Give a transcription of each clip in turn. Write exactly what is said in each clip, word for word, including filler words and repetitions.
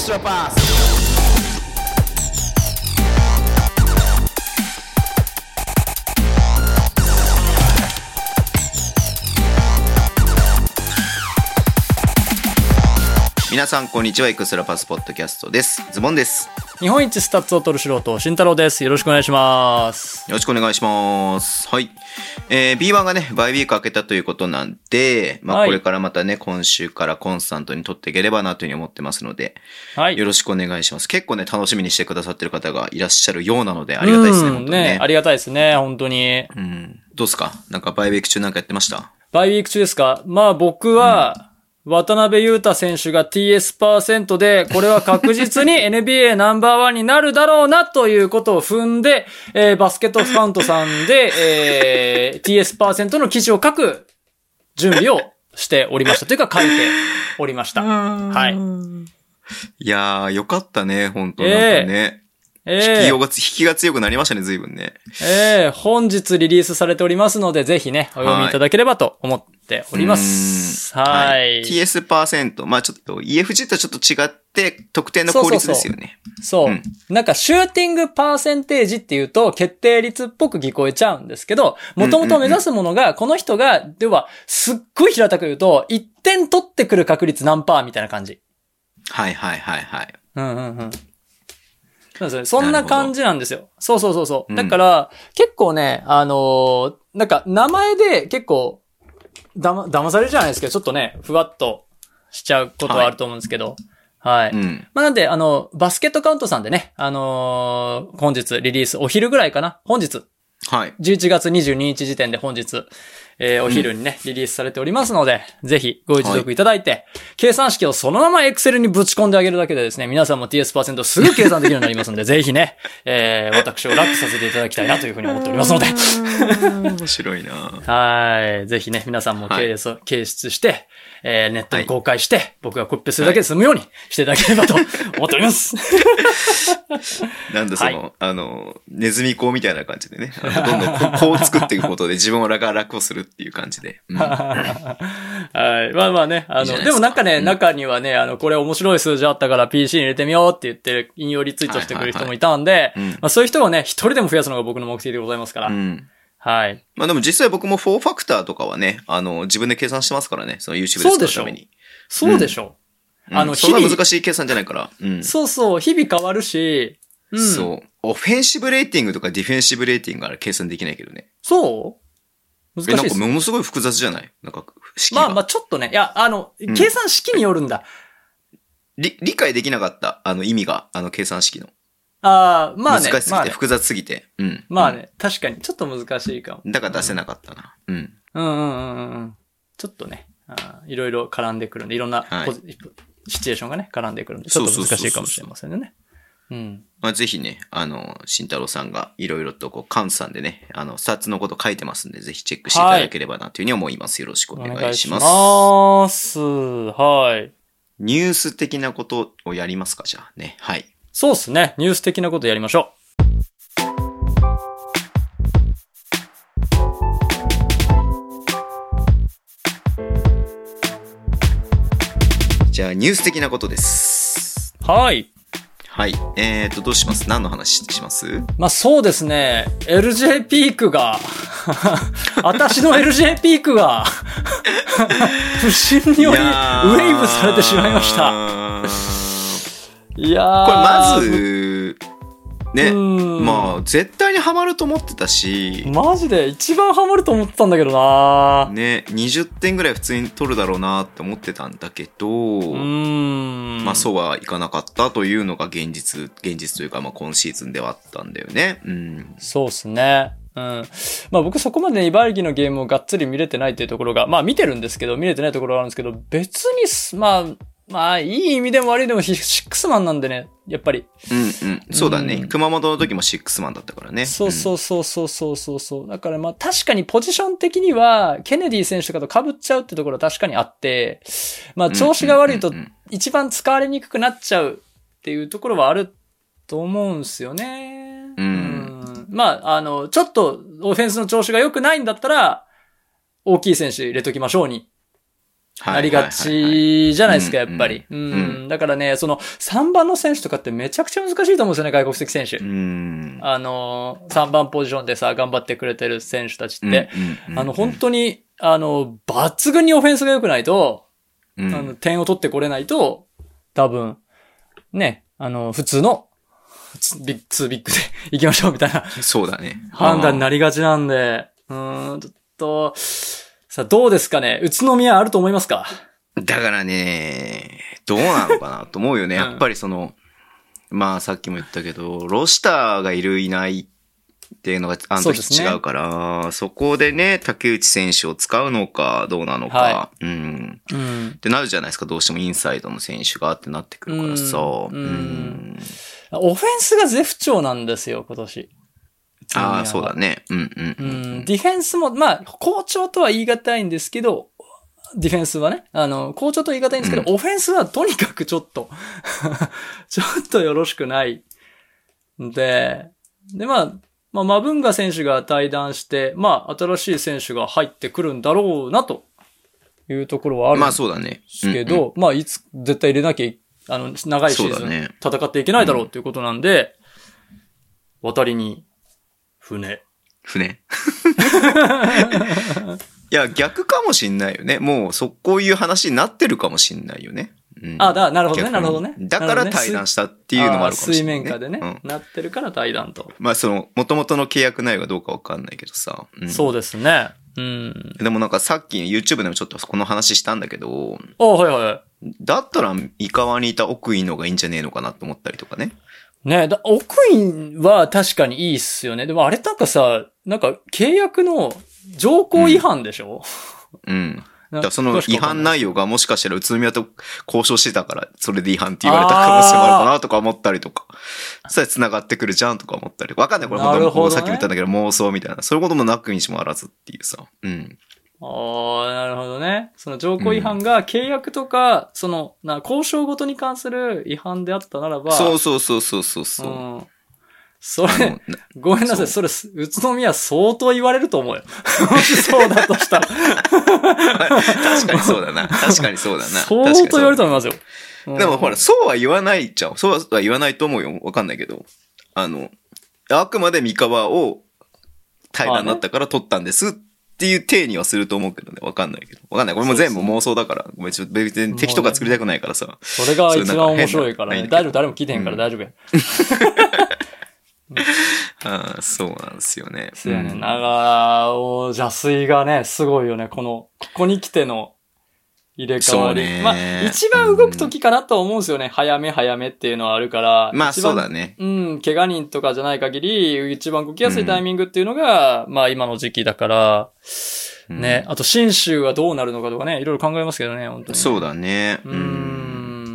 Extra Pass。 皆さんこんにちは。エクストラパスポッドキャストです。ズボンです。 日本一スタッツを取る素人慎太郎です。よろしくお願いします。 よろしくお願いします。はい、えー、ビーワン がねバイウィーク明けたということなんで、まあ、これからまたね、はい、今週からコンスタントに取っていければなというふうに思ってますので、はい、よろしくお願いします。結構ね楽しみにしてくださってる方がいらっしゃるようなのでありがたいですね。 うん、 本当にね、 ねありがたいですね本当に。 うん、どうですか？なんかバイウィーク中なんかやってました？ バイウィーク中ですか？まあ僕は、うん渡辺裕太選手が ティーエス パーセントで、これは確実に エヌビーエー ナンバーワンになるだろうなということを踏んで、えー、バスケットフカウントさんで、えー、ティーエス パーセントの記事を書く準備をしておりました。というか書いておりました。はい。 いやー、よかったね、本当なんかね。えー、引きようが、引きが強くなりましたね、随分ね。 ええー、本日リリースされておりますので、ぜひね、お読みいただければと思っております。はい。はい、 ティーエス パーセント。まあちょっと イーエフジー とちょっと違って、得点の効率ですよね。 そうそうそう。そう、うん。なんか、シューティングパーセンテージっていうと、決定率っぽく聞こえちゃうんですけど、もともと目指すものが、この人が、では、すっごい平たく言うと、いってん取ってくる確率何パーみたいな感じ。 はいはいはいはい。 うんうんうん。そうですね。そんな感じなんですよ。そうそうそうそう。だから、うん、結構ね、あのー、なんか、名前で結構、だま、騙されるじゃないですけど、ちょっとね、ふわっとしちゃうことはあると思うんですけど。はい。はい、うん。まあ、なんで、あの、バスケットカウントさんでね、あのー、本日リリース、お昼ぐらいかな？本日。はい。じゅういちがつにじゅうににち時点で本日、えー、お昼にね、うん、リリースされておりますので、ぜひご一読いただいて、はい、計算式をそのまま Excel にぶち込んであげるだけでですね、皆さんも ティーエス パーセントすぐ計算できるようになりますので、ぜひね、えー、私を楽させていただきたいなというふうに思っておりますので。 面白いなはい。ぜひね、皆さんも計、はい、計出して、えー、ネットに公開して、はい、僕がコピペするだけで済むようにしていただければと思っております。 なんだその、はい、あの、ネズミ講みたいな感じでね、あのどんどんこう作っていくことで自分が楽をするっていう感じで。うん、 はい。まあまあね、あの、いいでもなんかね、うん、中にはね、あの、これ面白い数字あったから ピーシー に入れてみようって言って引用リツイートしてくれる人もいたんで、まあそういう人をね、一人でも増やすのが僕の目的でございますから。うんはい。 まあでも実際僕もフォーファクターとかはね、あの、自分で計算してますからね、その YouTube で使うために。 そうでしょ。 うん、あの、そんな難しい計算じゃないから。うん、 そうそう、日々変わるし、 うん、そう。オフェンシブレーティングとかディフェンシブレーティングから計算できないけどね。 そう難しいです。 え、なんかものすごい複雑じゃないなんか、式が。 まあまあちょっとね、いや、あの、計算式によるんだ。 うん、理、理解できなかった、あの意味が、あの計算式の。 ああ、まあね。 難しすぎて、 まあね、 複雑すぎて。うん。 まあね、うん、確かに、ちょっと難しいかも。 だから出せなかったな。うん。 うんうんうんうん。ちょっとね、あいろいろ絡んでくるんで、いろんな、はい、シチュエーションがね、絡んでくるんで、ちょっと難しいかもしれませんね。うん。 まあ、ぜひね、あの、慎太郎さんがいろいろとこう、カンさんでね、あの、スタッツのこと書いてますんで、ぜひチェックしていただければなというふうに思います。はい、よろしくお願いします。 お願いします。はい。 ニュース的なことをやりますか、じゃあね。はい。 そうですね。ニュース的なことやりましょう。 じゃあ、ニュース的なことです。 はい。 はい。えーと、どうします？何の話します？ まあ、そうですね。エルジェー ピークが、私の エルジェー ピークが、不審によりウェーブされてしまいました。いやー。 これまず、ね、まあ、絶対にハマると思ってたし。 マジで一番ハマると思ってたんだけどなね、にじゅってんぐらい普通に取るだろうなって思ってたんだけど、うーんまあそうはいかなかったというのが現実、現実というかまあ今シーズンではあったんだよね。うん。 そうっすね。うん。まあ僕そこまで茨城のゲームをがっつり見れてないっていうところが、まあ見てるんですけど、見れてないところがあるんですけど、別に、まあ、まあ、いい意味でも悪いでもシックスマンなんでね、やっぱり。 うんうん。そうだね。うん、熊本の時もシックスマンだったからね。 そうそうそうそうそうそうそう。だからまあ確かにポジション的には、ケネディ選手とかと被っちゃうってところは確かにあって、まあ調子が悪いと一番使われにくくなっちゃうっていうところはあると思うんすよね。 うん。うん、 まあ、あの、ちょっとオフェンスの調子が良くないんだったら、大きい選手入れときましょうに。 なりがちじゃないですか、やっぱり。うん。だからね、そのさんばんの選手とかってめちゃくちゃ難しいと思うんですよね、外国籍選手。 うん。 あの、さんばんポジションでさ、頑張ってくれてる選手たちって、あの、本当に、あの、抜群にオフェンスが良くないと、うん、あの、点を取ってこれないと、多分、ね、あの、普通の、ビッグ、ツービッグで行きましょうみたいな。 そうだね。 判断になりがちなんで、うーん、ちょっと、さあどうですかね、宇都宮あると思いますか？ だからね、どうなのかなと思うよね。やっぱりその、うん、まあさっきも言ったけど、ロシターがいるいないっていうのがあの時違うから、 そ, ね、そこでね、竹内選手を使うのかどうなのか、はい、うん。うん。ってなるじゃないですか、どうしてもインサイドの選手がってなってくるからさ。うん。うん、 オフェンスが絶不調なんですよ、今年。 ああ、そうだね。うんうん、うん、 うん。ディフェンスも、まあ、好調とは言い難いんですけど、ディフェンスはね、あの、好調と言い難いんですけど、うん、オフェンスはとにかくちょっと、ちょっとよろしくない。で、で、まあ、まあ、マブンガ選手が退団して、まあ、新しい選手が入ってくるんだろうな、というところはあるんですけど、まあそうだね。うんうん、まあ、いつ、絶対入れなきゃ、あの、長いシーズン、ね、戦っていけないだろうということなんで、うん、渡りに、船。 船いや、逆かもしんないよね。もう、そ、こういう話になってるかもしんないよね。うん、あ、 だ、なるほどね、なるほどね。 だから対談したっていうのもあるかもしれない、ね。 水面下でね、うん、なってるから対談と。 まあ、その、元々の契約内容がどうかわかんないけどさ。 うん、そうですね。うん。 でもなんかさっき YouTube でもちょっとこの話したんだけど。 あ、はいはい。 だったら、三河にいた奥井のがいいんじゃねえのかなと思ったりとかね。 ねえ、だ、奥井は確かにいいっすよね。でもあれなんかさ、なんか契約の条項違反でしょ？ うん。うんだからその違反内容がもしかしたら宇都宮と交渉してたから、それで違反って言われた可能性もあるかなとか思ったりとか、それ繋がってくるじゃんとか思ったりとか、わかんない。これ本当、ね、さっきも言ったんだけど妄想みたいな、そういうこともなくにしもあらずっていうさ。うん。 ああ、なるほどね。その条項違反が契約とか、うん、その、な、交渉ごとに関する違反であったならば。 そうそうそうそうそうそう。うんそれ、ごめんなさい、それ、宇都宮相当言われると思うよ。もしそうだとしたら。 確かにそうだな。確かにそうだな。 相当言われると思いますよ。 でもほら、そうは言わないじゃん。そうは言わないと思うよ。わかんないけど。あの、あくまで三河を平らになったから取ったんですっていう体にはすると思うけどね。わかんないけど。わかんない。これも全部妄想だから。ごめん、ちょっと別に敵とか作りたくないからさ。 それが一番面白いからね。大丈夫、誰も聞いてへんから大丈夫や。 ああ、そうなんですよね。 そうやね。長尾邪水がね、すごいよね。この、ここに来ての入れ替わり。ね、まあ、一番動く時かなと思うんですよね。うん、早め早めっていうのはあるから。 まあ、そうだね。 うん、怪我人とかじゃない限り、一番動きやすいタイミングっていうのが、うん、まあ今の時期だから、ね。あと、新州はどうなるのかとかね、いろいろ考えますけどね、本当に。 そうだね。 うん。うん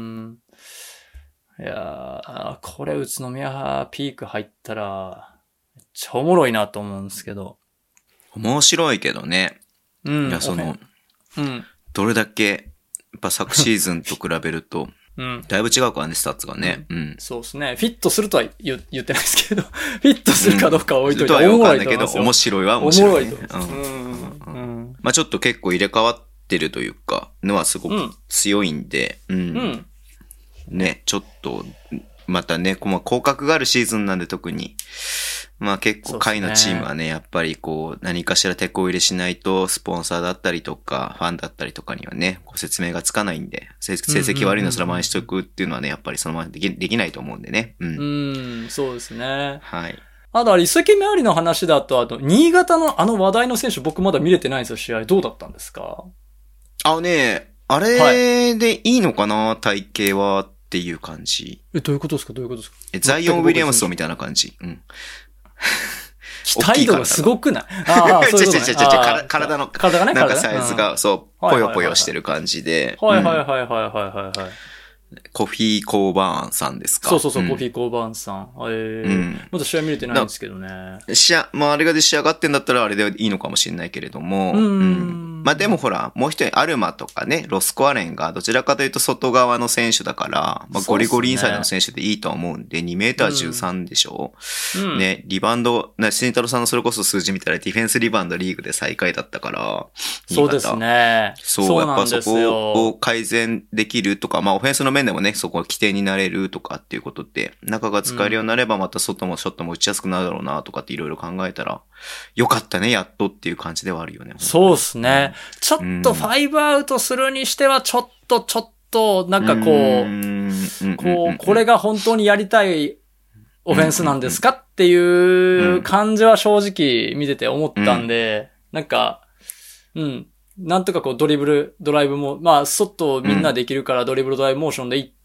いやー、これ宇都宮ピーク入ったら、めっちゃおもろいなと思うんですけど。 面白いけどね。うん。いや、その、うん。どれだけ、やっぱ昨シーズンと比べると、うん。だいぶ違うからね、スタッツがね。うん。うん、 そうですね。フィットするとは 言, 言ってないですけど、フィットするかどうかは置いといて、 うん、おもろいと思いますよ。面白いは面白い、ね。 おもろいと思います。うん。 うん。まあちょっと結構入れ替わってるというか、のはすごく強いんで、うん。うんうんね、ちょっと、またね、まあ、降格があるシーズンなんで特に、まあ結構下位のチームはね、やっぱりこう、何かしら手こ入れしないと、スポンサーだったりとか、ファンだったりとかにはね、ご説明がつかないんで、成績悪いのそのままにしとくっていうのはね、やっぱりそのままでき、できないと思うんでね。うん。 うん、そうですね。 はい。 あと、移籍周りの話だと、あと、新潟のあの話題の選手僕まだ見れてないんですよ、試合。どうだったんですか？ あのね、あれでいいのかな、はい、体型はっていう感じ。 え、どういうことですかどういうことですかえ、ザイオン・ウィリアムソンみたいな感じ。うん。 期待度がすごくない？ああ、そういうことね。 体の、 体がね、 なんかサイズが、そう、ぽよぽよしてる感じで。 はいはいはいはいはいはい。 コフィー・コーバーンさんですか。 そうそうそう、うん、コフィー・コーバーンさん。えー、うん、まだ試合見れてないんですけどね。 試合、まああれがで仕上がってんだったらあれでいいのかもしれないけれども。うん。うん、まあでもほら、もう一人アルマとかね、ロスコアレンがどちらかというと外側の選手だから、まあゴリゴリインサイドの選手でいいとは思うんで、にメーターじゅうさんでしょ、うん、ね、リバウンド、ね、慎太郎さんのそれこそ数字見たらディフェンスリバウンドリーグで最下位だったから、 そうですね。 そう、そうやっぱそこを改善できるとか、まあオフェンスの面でもね、そこは起点になれるとかっていうことって、中が使えるようになればまた外もショットも打ちやすくなるだろうなとかっていろいろ考えたら、よかったね、やっとっていう感じではあるよね。 そうですね。ちょっとファイブアウトするにしては、ちょっと、ちょっと、なんかこう、こう、これが本当にやりたいオフェンスなんですかっていう感じは正直見てて思ったんで、なんか、うん。なんとかこうドリブル、ドライブも、まあ、外みんなできるからドリブルドライブモーションで行って、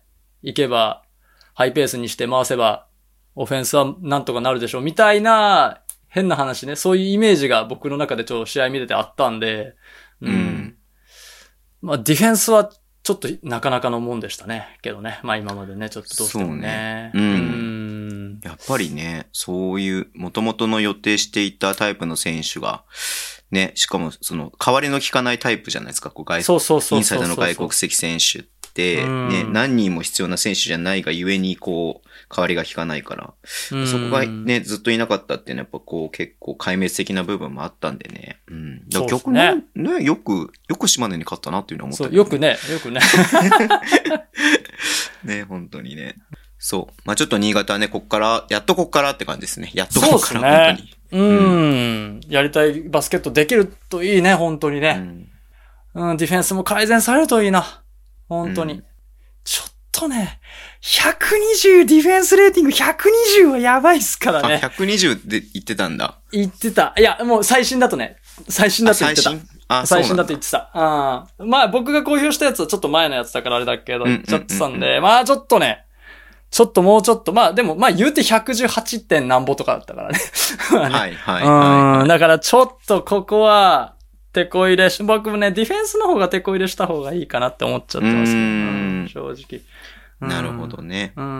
行けば、ハイペースにして回せば、オフェンスはなんとかなるでしょう、みたいな、変な話ね。そういうイメージが僕の中でちょっと試合見ててあったんで、うん。うん、まあ、ディフェンスはちょっとなかなかのもんでしたね。けどね。まあ今までね、ちょっとどうしてもね。 そうね。うん。うんやっぱりね、そういう元々の予定していたタイプの選手が、ね、しかもその代わりの効かないタイプじゃないですか。こう外そうそうそうそう。 インサイドの外国籍選手って、ね、何人も必要な選手じゃないがゆえに、こう、代わりが効かないから、そこがね、ずっといなかったっていうのはやっぱこう結構壊滅的な部分もあったんでね。うん。だから逆にね、ね、よく、よく島根に勝ったなっていうのは思った、 ね。そう、よくね、よくね。 ね、本当にね。そう。まあちょっと新潟はね、こっから、やっとこっからって感じですね。やっとこっから、ね、本当に。 うん、うん。やりたいバスケットできるといいね、本当にね。うん、うん、ディフェンスも改善されるといいな。本当に。うん、ちょっとね、ひゃくにじゅうディフェンスレーティングひゃくにじゅうはやばいっすからね。 あ、ひゃくにじゅうで言ってたんだ。 言ってた。いや、もう最新だとね。最新だと言ってた。最新あ、最新だと言ってた。あまあ僕が公表したやつはちょっと前のやつだからあれだけど、言っちゃってたんで、まあちょっとね、ちょっともうちょっと、まあでも、まあ言うてひゃくじゅうはちてん何ぼとかだったからね。 はいはいはい、はい。 うん。だからちょっとここは、手こ入れし、僕もね、ディフェンスの方が手こ入れした方がいいかなって思っちゃってますけど、うん、正直。 なるほどね。 うん。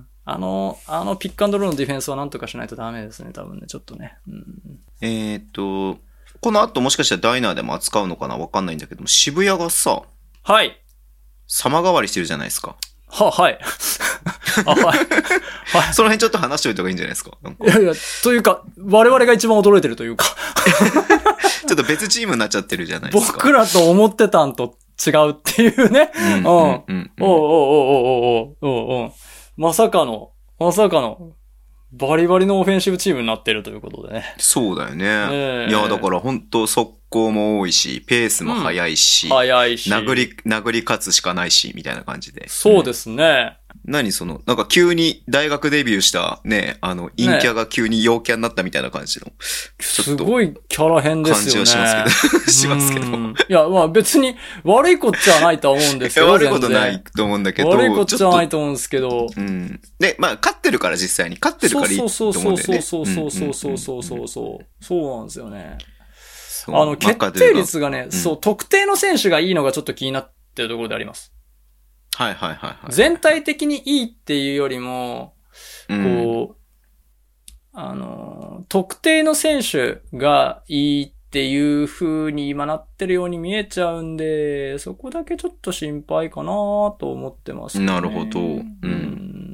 あの、あのピックアンドロールのディフェンスはなんとかしないとダメですね、多分ね、ちょっとね。うん、 えーっと、この後もしかしたらダイナーでも扱うのかなわかんないんだけども、渋谷がさ、 はい。 様変わりしてるじゃないですか。 は、はい。あ、はい。はい。 その辺ちょっと話しておいた方がいいんじゃないですか。なんかいやいや、というか、我々が一番驚いてるというか。 ちょっと別チームになっちゃってるじゃないですか。 僕らと思ってたんと違うっていうね。うん。うん。おうおうおうおうおうおうおうまさかの、まさかの、バリバリのオフェンシブチームになってるということでね。 そうだよね。えー、いや、だから本当速攻も多いし、ペースも速いし、 うん、速いし。 殴り、殴り勝つしかないし、みたいな感じで。 そうですね。 うん、何その、なんか急に大学デビューしたね、あの、陰キャが急に陽キャになったみたいな感じの。ね、 すごいキャラ変ですよね。 感じはしますけど。しますけど。 いや、まあ別に悪いことじゃないとは思うんですけど。 悪いことないと思うんだけど。 悪いことじゃないと思うんですけど。 うん。で、まあ勝ってるから実際に。勝ってるからいいと思うんだよね。 そうそうそうそうそうそうそう。そうなんですよね。あの、決定率がね、うん、そう、特定の選手がいいのがちょっと気になってるところであります。 はいはいはい、はい。 全体的にいいっていうよりも、こう、うん、あの、特定の選手がいいっていう風に今なってるように見えちゃうんで、そこだけちょっと心配かなと思ってますね。 なるほど。うん。 うん、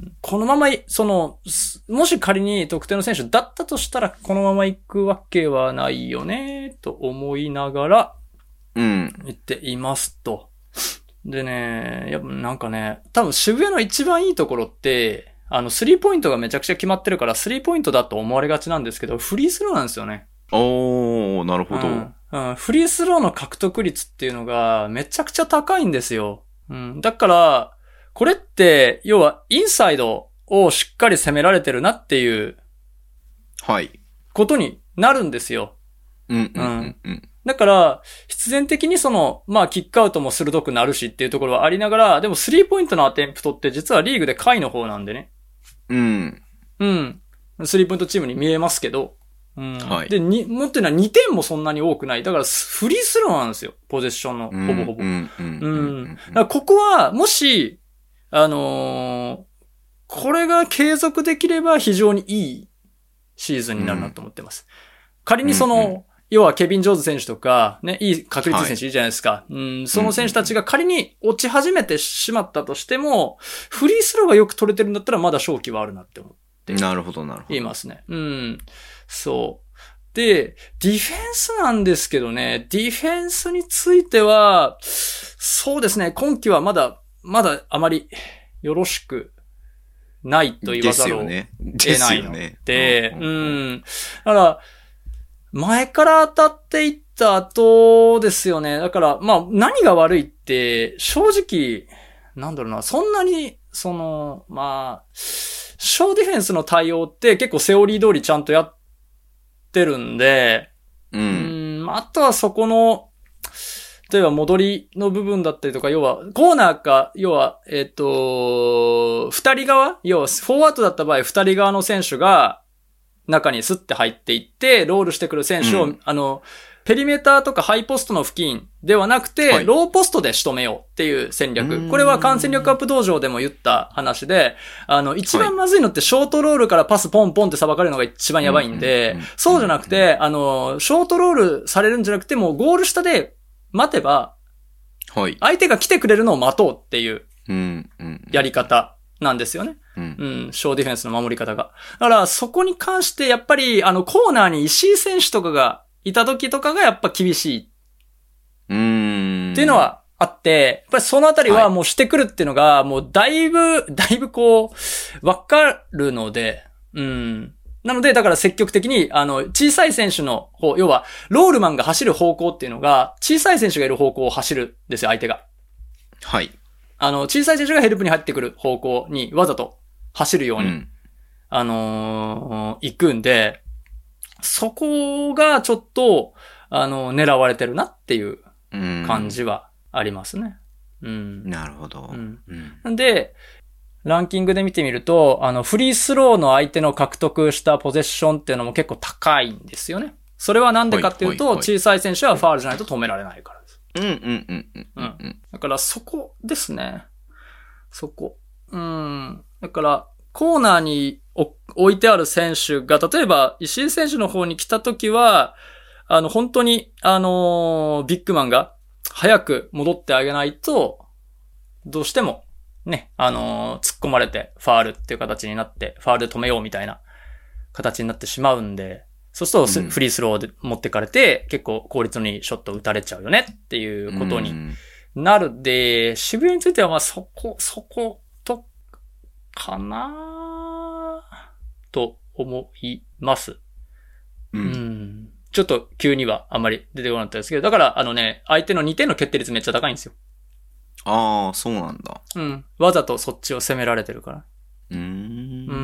このまま、その、もし仮に特定の選手だったとしたら、このまま行くわけはないよね、と思いながら、 うん。 言っていますと。でね、やっぱなんかね、多分渋谷の一番いいところって、あの、スリーポイントがめちゃくちゃ決まってるから、スリーポイントだと思われがちなんですけど、フリースローなんですよね。 おー、なるほど。 うんうん、フリースローの獲得率っていうのがめちゃくちゃ高いんですよ。うん、だから、これって、要は、インサイドをしっかり攻められてるなっていう、 はい。 ことになるんですよ。 うん、うん、うん、うん。 だから、必然的にその、まあ、キックアウトも鋭くなるしっていうところはありながら、でもスリーポイントのアテンプトって実はリーグで下位の方なんでね。 うん。 うん。スリーポイントチームに見えますけど。うん。 はい。 で、に、もっというのはにてんもそんなに多くない。だから、フリースローなんですよ。ポゼッションの、ほぼほぼ。うん。うん。だからここは、もし、 あのー、これが継続できれば非常にいいシーズンになるなと思ってます。うん、仮にその、うんうん、要はケビン・ジョーンズ選手とか、ね、いい確率選手いるじゃないですか。はい、うん、その選手たちが仮に落ち始めてしまったとしても、フリースローがよく取れてるんだったらまだ勝機はあるなって思って。 なるほど、なるほど。 言いますね。うん。そう。で、ディフェンスなんですけどね、ディフェンスについては、そうですね、今季はまだ、まだあまりよろしくないと言わざるを得ないので、で、うん。だから、前から当たっていった後ですよね。だから、まあ、何が悪いって、正直、なんだろうな、そんなに、その、まあ、小ディフェンスの対応って結構セオリー通りちゃんとやってるんで、 うん。 うん、あとはそこの、例えば戻りの部分だったりとか、要は、コーナーか、要は、えっと、二人側要は、フォワードだった場合、二人側の選手が、中にスッて入っていって、ロールしてくる選手を、うん、あの、ペリメーターとかハイポストの付近ではなくて、はい、ローポストで仕留めようっていう戦略。これは感染力アップ道場でも言った話で、あの、一番まずいのってショートロールからパスポンポンってさばかれるのが一番やばいんで、そうじゃなくて、あの、ショートロールされるんじゃなくて、もうゴール下で待てば、 はい。 相手が来てくれるのを待とうっていうやり方なんですよね。 うん。 うん。小ディフェンスの守り方が。だから、そこに関して、やっぱり、あの、コーナーに石井選手とかがいた時とかがやっぱ厳しい。 うーん。 っていうのはあって、やっぱりそのあたりはもうしてくるっていうのが、もうだいぶ、だいぶこう、わかるので、うん。なので、だから積極的に、あの、小さい選手の方、要は、ロールマンが走る方向っていうのが、小さい選手がいる方向を走るんですよ、相手が。 はい。 あの、小さい選手がヘルプに入ってくる方向にわざと走るように、うん、あのー、行くんで、そこがちょっと、あの、狙われてるなっていう感じはありますね。うん。 なるほど。 うんうん、で、ランキングで見てみると、あの、フリースローの相手の獲得したポゼッションっていうのも結構高いんですよね。それはなんでかっていうと、はいはいはい、小さい選手はファールじゃないと止められないからです。 うんうんうんうん。 うん。だからそこですね。そこ。うん。だから、コーナーに置いてある選手が、例えば、石井選手の方に来たときは、あの、本当に、あのー、ビッグマンが早く戻ってあげないと、どうしても、ね、あのー、突っ込まれて、ファールっていう形になって、ファールで止めようみたいな形になってしまうんで、そうするとフリースローで持ってかれて、うん、結構効率のいいショット打たれちゃうよねっていうことになるで、うん、渋谷についてはまあそこ、そこと、かなと思います。 うん。うん、ちょっと急にはあんまり出てこなかったですけど、だからあのね、相手のにてんの決定率めっちゃ高いんですよ。 ああ、そうなんだ。 うん。わざとそっちを攻められてるから。 うーん。 うん。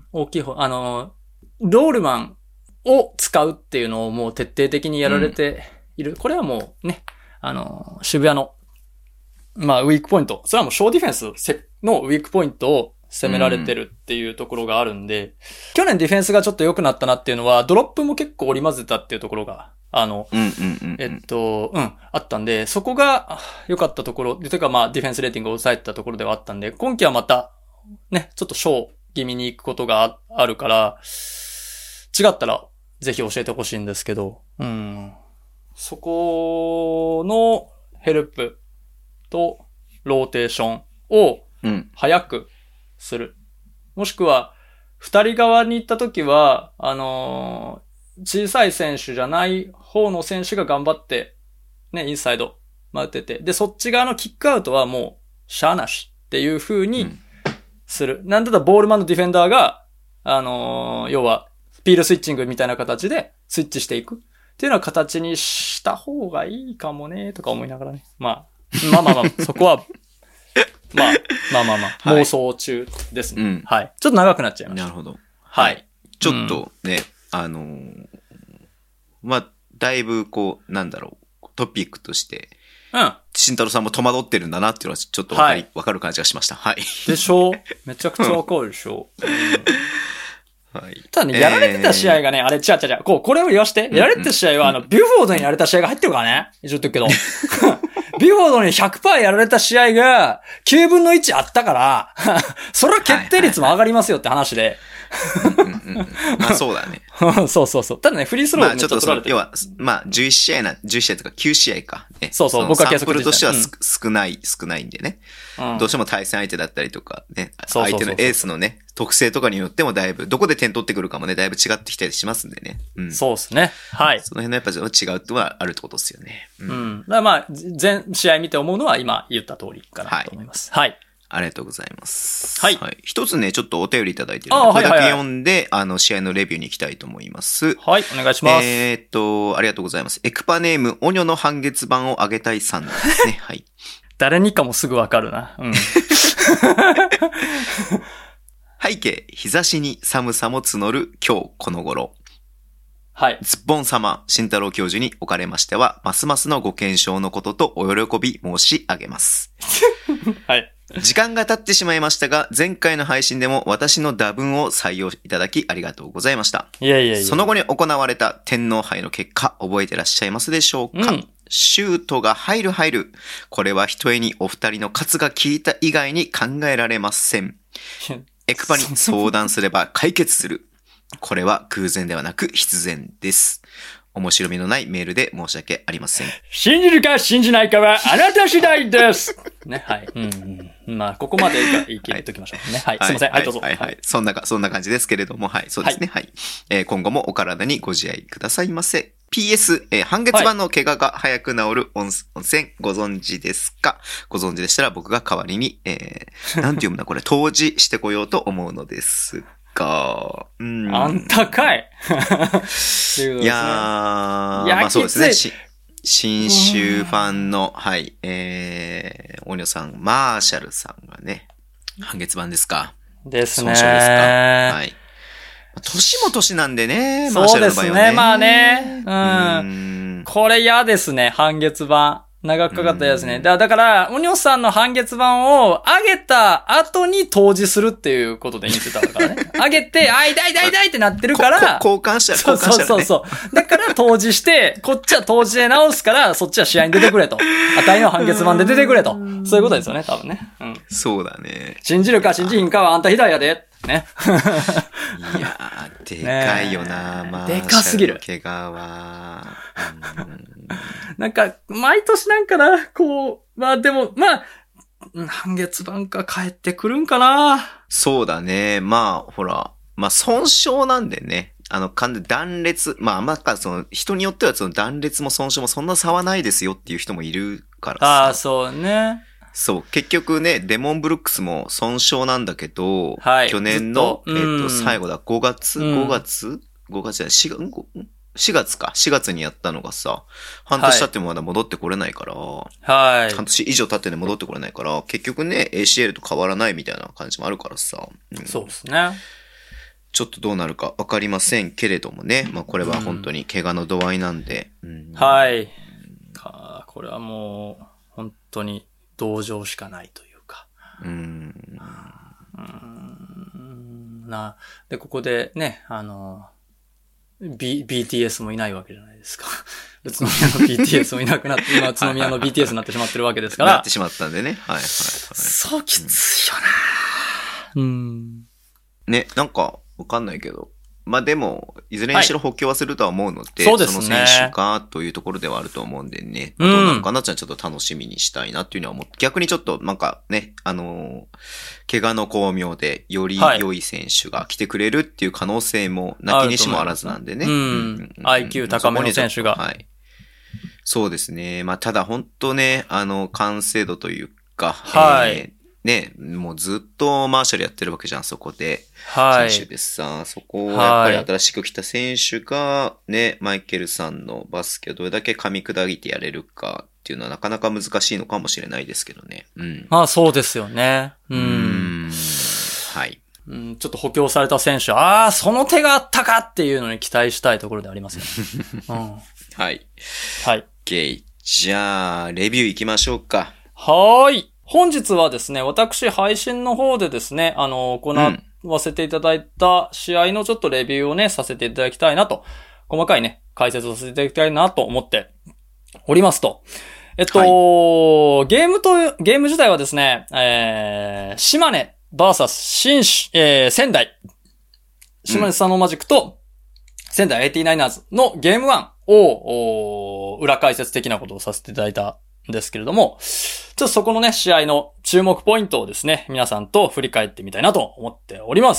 大きい方、あの、ロールマンを使うっていうのをもう徹底的にやられている。うん、これはもうね、あの、渋谷の、まあ、ウィークポイント。それはもう小ディフェンスのウィークポイントを攻められてるっていうところがあるんで、うん、去年ディフェンスがちょっと良くなったなっていうのは、ドロップも結構織り交ぜたっていうところが、あの、 うんうんうんうん、 えっと、うん、あったんで、そこが良かったところ、というかまあ、ディフェンスレーティングを抑えてたところではあったんで、今季はまた、ね、ちょっと小気味に行くことがあるから、違ったら、ぜひ教えてほしいんですけど、うん。そこのヘルプとローテーションを早くする。うん、もしくは、二人側に行ったときは、あのー、小さい選手じゃない方の選手が頑張って、ね、インサイド回ってて、で、そっち側のキックアウトはもう、しゃーなしっていう風にする。うん、なんだったらボールマンのディフェンダーが、あのー、要は、ピールスイッチングみたいな形でスイッチしていくっていうのは形にした方がいいかもねとか思いながらね。まあ、まあまあまあ、そこは、まあ、まあまあまあ、はい、妄想中ですね、うん。はい。ちょっと長くなっちゃいました。 なるほど。 はい。 ちょっとね、うん、あのー、まあ、だいぶこう、なんだろう、トピックとして、 うん。 慎太郎さんも戸惑ってるんだなっていうのはちょっとわかり、はい、わかる感じがしました。はい。 でしょ？めちゃくちゃわかるでしょ、うんはい。 ただね、やられてた試合がね、えー、あれ、違う違う違う、こう、これを言わして、やられてた試合は、あの、ビュフォードにやられた試合が入ってるからね。一応言っとくけど。 ビュフォードに ひゃくパーセント やられた試合がきゅうぶんのいちあったから、それは決定率も上がりますよって話で。 うんうんうん、まあそうだね。 そうそうそう。ただね、フリースローめっちゃ取られてる。 まあちょっとその、要は、まあじゅういち試合な、じゅういち試合とかきゅう試合か。ね、 そうそう、僕は計測してサンプルとしては、うん、少ない、少ないんでね、うん。どうしても対戦相手だったりとか、ね、相手のエースのね、特性とかによってもだいぶ、どこで点取ってくるかもね、だいぶ違ってきたりしますんでね。うん、 そうですね。はい。 その辺のやっぱ違うってはあるってことですよね。 うん。うん、だからまあ、全試合見て思うのは今言った通りかなと思います。はい。はい、 ありがとうございます。 はい。はい。 一つね、ちょっとお便りいただいてるので、これだけ読んで、あの、試合のレビューに行きたいと思います。 はい、お願いします。 えー、っと、ありがとうございます。エクパネーム、オニョの半月版をあげたいさんですね。はい。 誰にかもすぐわかるな。うん。 背景、日差しに寒さも募る今日この頃。 はい。 ズッポン様、慎太郎教授におかれましては、ますますのご健勝のこととお喜び申し上げます。 はい。 時間が経ってしまいましたが、前回の配信でも私の打分を採用いただきありがとうございました。 いやいやいや。 その後に行われた天皇杯の結果、覚えてらっしゃいますでしょうか、うん、シュートが入る入る。これはひとえにお二人の喝が効いた以外に考えられません。エクパに相談すれば解決する。これは空前ではなく必然です。面白みのないメールで申し訳ありません。 信じるか信じないかはあなた次第です。ね、はい。うんうん、まあ、ここまで言い切っときましょうね。はい。はい、すいません。はい、どうぞ。 はい、はい、はい。そんなか、そんな感じですけれども、はい。そうですね。はい。はい、えー、今後もお体にご自愛くださいませ。ピーエス、えー、半月板の怪我が早く治る温泉ご存知ですか？ご存知でしたら僕が代わりに、えー、なんて読むんだこれ、当時してこようと思うのですが、 うん。あんたかいいやー、まあそうですね。し新州ファンの、はい、えー、オニョさん、マーシャルさんがね、半月板ですか。 ですね。 損傷ですか。はい。年も年なんでね、マーシャルの場合はね。 そうですね、まあね。うん。うんこれ嫌ですね、半月板。長かかったやつね。だだから、オニョさんの半月板を上げた後に投じするっていうことで言ってたからね。上げて、あ、痛い痛い痛いってなってるから。 交換したら、 交換したら、ね。そうそうそう。だから投じして、こっちは投じで直すから、そっちは試合に出てくれと。あたりの半月板で出てくれと。そういうことですよね、多分ね。うん。 そうだね。 信じるか信じひんかはあんた次第やで。ね。 いやー、でかいよな、まあ。 でかすぎる。 怪我は。うんなんか、毎年なんかな、こう、まあでも、まあ、半月板か帰ってくるんかな。 そうだね。まあ、ほら、まあ損傷なんでね。あの、完全断裂。まあ、あんまか、その、人によってはその断裂も損傷もそんな差はないですよっていう人もいるからさ。 ああ、そうね。 そう。結局ね、デモンブルックスも損傷なんだけど、 はい、 去年の、えっと、最後だ、ごがつ、ごがつ ?ご 月じゃない、しがつ、しがつか。しがつにやったのがさ、半年経ってもまだ戻ってこれないから、 はい。 半年以上経ってね戻ってこれないから、結局ね、エーシーエル と変わらないみたいな感じもあるからさ。 うん、そうですね。 ちょっとどうなるかわかりませんけれどもね。まあこれは本当に怪我の度合いなんで。 うん、はい。かこれはもう、本当に同情しかないというか。 うーん。 うーんな。で、ここでね、あの、B、ビーティーエス もいないわけじゃないですか。宇都宮の ビーティーエス もいなくなって、今宇都宮の ビーティーエス になってしまってるわけですから。 なってしまったんでね。はいはい、はい。 そうきついよな、うん、うん。 ね、なんか、わかんないけど。まあでも、いずれにしろ補強はするとは思うので、 はい、そうですね。 その選手がというところではあると思うんでね。まあ、どうなのかなってちょっと楽しみにしたいなっていうのは思って、逆にちょっとなんかね、あのー、怪我の巧妙でより良い選手が来てくれるっていう可能性もなきにしもあらずなんでね。 うん。アイキュー 高めの選手が。 はい。そうですね。まあただ本当ね、あの、完成度というか、 はい。 えーね、もうずっとマーシャルやってるわけじゃん、そこで。 はい。 選手でさ、そこをやっぱり新しく来た選手が、ね、マイケルさんのバスケをどれだけ噛み砕いてやれるかっていうのはなかなか難しいのかもしれないですけどね。うん。 まあそうですよね。うん。うーんはい。 うん、ちょっと補強された選手、ああ、その手があったかっていうのに期待したいところでありますよね。うん、 はい。 はい。 OK。じゃあ、レビュー行きましょうか。 はーい。本日はですね、私配信の方でですね、あの、行わせていただいた試合のちょっとレビューをね、させていただきたいなと、細かいね、解説をさせていただきたいなと思っておりますと。 えっと、はい、ゲームと、ゲーム自体はですね、えー、島根 ブイエス 新州、えー、仙台。島根スサノーマジックと、仙台エイティナイナーズのゲームワンを、裏解説的なことをさせていただいたんですけれども、ちょっとそこのね、試合の注目ポイントをですね、皆さんと振り返ってみたいなと思っております。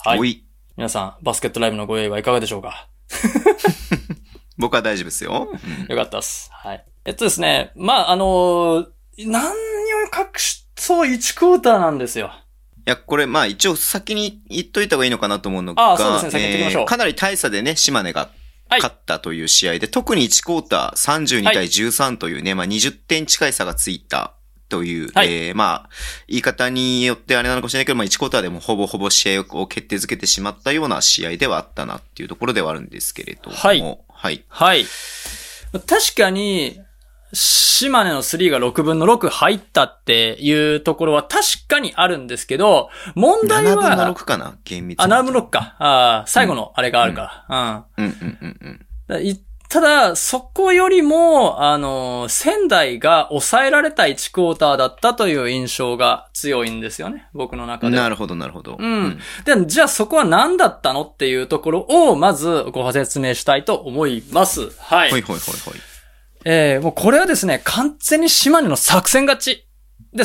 はい。おい。皆さん、バスケットライブのご用意はいかがでしょうか？ 僕は大丈夫ですよ。 よかったです。はい。えっとですね、まあ、あのー、何を隠し、そういちクォーターなんですよ。 いや、これ、まあ一応先に言っといた方がいいのかなと思うのが、 ああ、そうですね、先に言ってみましょう、えー。 かなり大差でね、島根が勝ったという試合で、はい、特にいちクォーターさんじゅうにたいじゅうさんというね、はい、まあにじゅってん近い差がついたという、はい、えー、まあ、言い方によってあれなのかもしれないけど、まあいちクォーターでもほぼほぼ試合を決定づけてしまったような試合ではあったなっていうところではあるんですけれども。 はい。 はい。 はい。確かに、島根のスリーがろくぶんのろく入ったっていうところは確かにあるんですけど、問題は。ななぶんのろくかな厳密に。あ、ななぶんのろくか。ああ、最後のあれがあるから。うん。うん、うん、うん、うん。ただ、そこよりも、あの、仙台が抑えられたいちクォーターだったという印象が強いんですよね。僕の中で。 なるほど、なるほど。 うん。で、じゃあそこは何だったのっていうところを、まずご説明したいと思います。はい。 はい、はい、はい、はい。 えー、もうこれはですね、完全に島根の作戦勝ちです。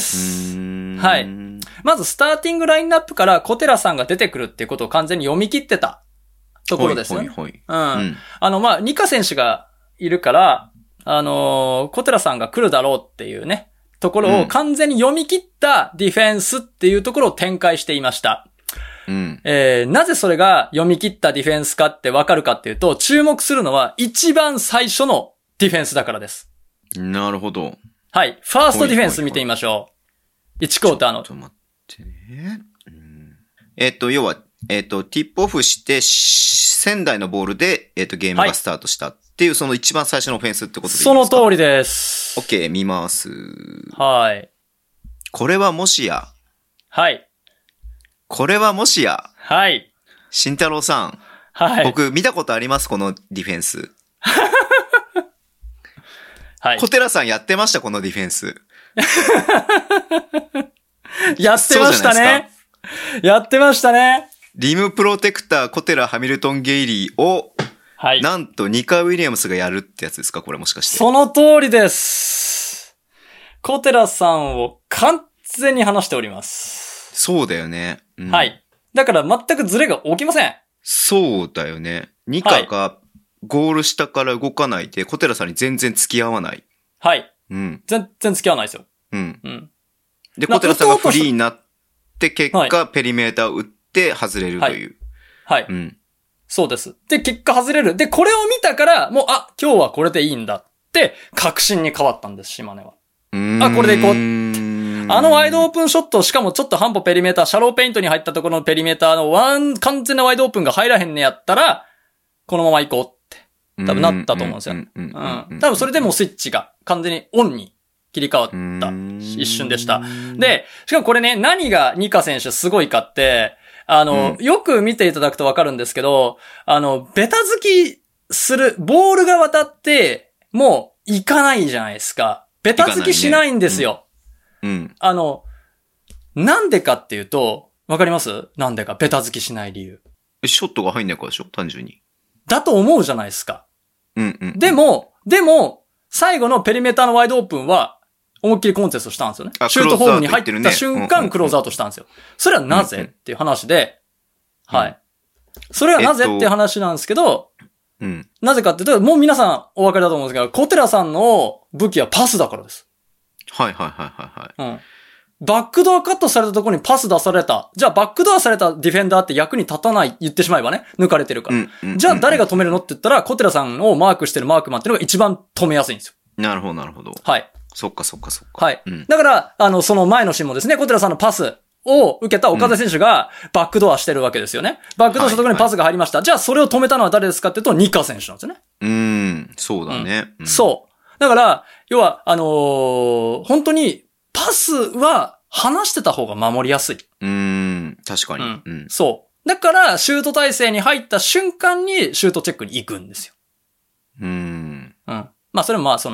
はい。まずスターティングラインナップから小寺さんが出てくるっていうことを完全に読み切ってたところですね。はいはいはい。うん。うん、あの、まあ、ニカ選手がいるから、あのー、小寺さんが来るだろうっていうね、ところを完全に読み切ったディフェンスっていうところを展開していました。うん。えー、なぜそれが読み切ったディフェンスかってわかるかっていうと、注目するのは一番最初のディフェンスだからです。 なるほど。 はい。ファーストディフェンス見てみましょう。いちクォーターの。 ちょっと待ってね。うん、えっと、要は、えっと、ティップオフして、仙台のボールで、えっと、ゲームがスタートしたっていう、はい、その一番最初のオフェンスってことでいいですか？ その通りです。 OK、見ます。 はい。 これはもしや。 はい。 これはもしや。 はい。 慎太郎さん。 はい。 僕、見たことあります、このディフェンス。 はい。 小寺さんやってました、このディフェンス。 やってましたね。やってましたね。 リムプロテクター、小寺ハミルトン・ゲイリーを、はい。なんとニカ・ウィリアムスがやるってやつですか、これもしかして。 その通りです。小寺さんを完全に話しております。 そうだよね。 うん、はい。だから全くズレが起きません。 そうだよね。ニカがゴール下から動かないで、小寺さんに全然付き合わない。 はい。 うん。 全然付き合わないですよ。 うん。うん。で、小寺さんがフリーになって結果、はい、ペリメーターを打って外れるという。 はい。はい、うん。そうです。で、結果外れる。で、これを見たから、もう、あ、今日はこれでいいんだって、確信に変わったんです、島根は。 うーん。 あ、これでいこう。あのワイドオープンショット、しかもちょっと半歩ペリメーター、シャローペイントに入ったところのペリメーターのワン、完全なワイドオープンが入らへんねやったら、このまま行こうって、多分なったと思うんですよ。うん。多分それでもうスイッチが完全にオンに切り替わった一瞬でした。で、しかもこれね、何がニカ選手すごいかって、あの、うん、よく見ていただくとわかるんですけど、あの、ベタ付きする、ボールが渡って、もう行かないじゃないですか。ベタ付きしないんですよ。 うん。 あの、なんでかっていうと、わかります？なんでか、ベタ付きしない理由。 ショットが入んないからでしょ？単純に。 だと思うじゃないですか。 うんうん、うん。 でも、でも、最後のペリメーターのワイドオープンは、思いっきりコンテストしたんですよね。シュートホームに入った瞬間、クローズアウトしたんですよ。それはなぜ、うんうん、っていう話で、はい。それはなぜ、えっと、っていう話なんですけど、 うん。 なぜかっていうと、もう皆さんお分かりだと思うんですけど、小寺さんの武器はパスだからです。 はいはいはいはいはい。うん。バックドアカットされたところにパス出された。じゃあバックドアされたディフェンダーって役に立たない、言ってしまえばね。抜かれてるから。うんうんうん、じゃあ誰が止めるのって言ったら、小寺さんをマークしてるマークマンっていうのが一番止めやすいんですよ。 なるほどなるほど。 はい。 そっかそっかそっか。 はい。うん、だから、あの、その前のシーンもですね、小寺さんのパスを受けた岡田選手がバックドアしてるわけですよね。バックドアしたところにパスが入りました。はいはい、じゃあそれを止めたのは誰ですかっていうと、ニカ選手なんですよね。 うーん、そうだね。 うんうん、そう。だから、要は、あのー、本当に、パスは離してた方が守りやすい。 うーん、確かに、うんうん。そう。だから、シュート体勢に入った瞬間にシュートチェックに行くんですよ。 うーん。 うん。まあ、それもまあ、その、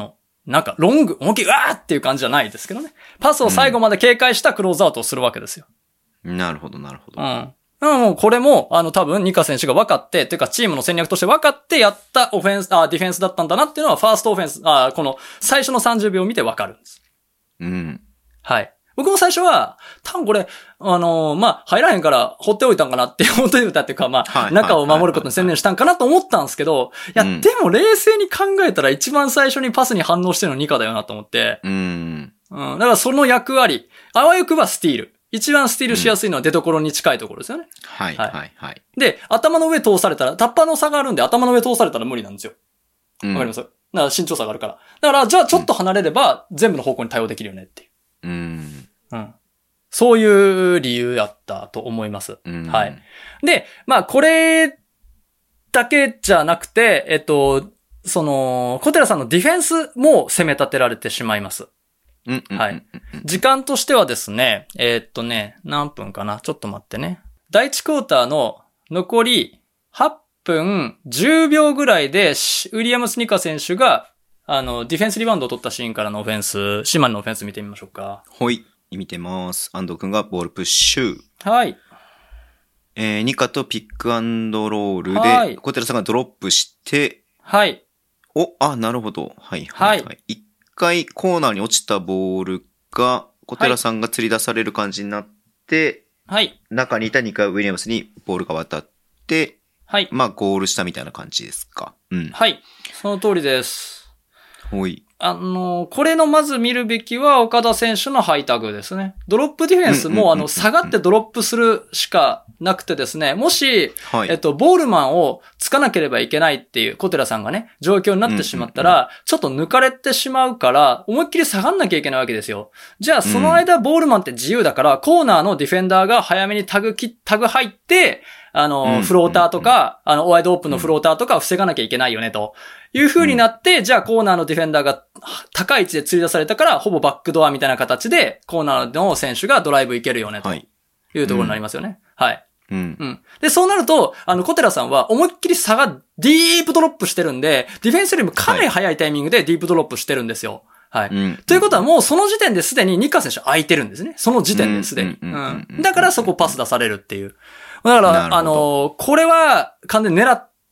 なんかロング、思いっきりうわーっていう感じじゃないですけどね。パスを最後まで警戒したクローズアウトをするわけですよ。 うん、なるほど、なるほど。 うん。もうこれも、あの多分、ニカ選手が分かって、というかチームの戦略として分かってやったオフェンス、あ、ディフェンスだったんだなっていうのは、ファーストオフェンス、あ、この最初のさんじゅうびょうを見て分かるんです。 うん。 はい。僕も最初は、多分これ、あのー、まあ、入らへんから放っておいたんかなって思っておいたっていうか、まあ、中を守ることに専念したんかなと思ったんですけど、いや、うん、でも冷静に考えたら一番最初にパスに反応してるのニカだよなと思って。 うん。 うん。だからその役割、あわよくばスティール。一番スティールしやすいのは出所に近いところですよね。 うん、はい、はい、はい、はい。 で、頭の上通されたら、タッパーの差があるんで頭の上通されたら無理なんですよ。わ、うん、かります？だから身長差があるから。だから、じゃあちょっと離れれば、全部の方向に対応できるよねっていう。 うん。 うん。そういう理由やったと思います。 うん、 はい。で、まあ、これだけじゃなくて、えっと、その、小寺さんのディフェンスも攻め立てられてしまいます。 うんうん、 はい。時間としてはですね、えー、っとね、何分かな？ちょっと待ってね。第一クォーターの残りはっぷんじゅうびょうぐらいで、ウィリアムス・ニカ選手が、あの、ディフェンスリバウンドを取ったシーンからのオフェンス、島根のオフェンス見てみましょうか。 はい。見てます。安藤くんがボールプッシュ。 はい。 えー、ニカとピックアンドロールで、はい、小寺さんがドロップして、 はい。 お、あ、なるほど。はい、はい、はい。一回コーナーに落ちたボールが、小寺さんが釣り出される感じになって、 はい。 中にいたニカ・ウィリアムスにボールが渡って、 はい。 まあ、ゴールしたみたいな感じですか。うん。 はい。その通りです。 ほい。 あの、これのまず見るべきは岡田選手のハイタグですね。ドロップディフェンスもあの、下がってドロップするしかなくてですね、もし、はい、えっと、ボールマンをつかなければいけないっていう小寺さんがね、状況になってしまったら、ちょっと抜かれてしまうから、思いっきり下がんなきゃいけないわけですよ。じゃあ、その間ボールマンって自由だから、コーナーのディフェンダーが早めにタグき、タグ入って、あの、フローターとか、あの、ワイドオープンのフローターとかを防がなきゃいけないよね、という風になって、じゃあコーナーのディフェンダーが高い位置で釣り出されたから、ほぼバックドアみたいな形で、コーナーの選手がドライブいけるよね、というところになりますよね。はい。 うん。 うん。で、そうなると、あの、小寺さんは思いっきり差がディープドロップしてるんで、ディフェンスよりもかなり早いタイミングでディープドロップしてるんですよ。はい。うん、ということはもうその時点ですでにニカ選手空いてるんですね。その時点ですでに。うん。だからそこパス出されるっていう。だから、あの、これは完全に狙って、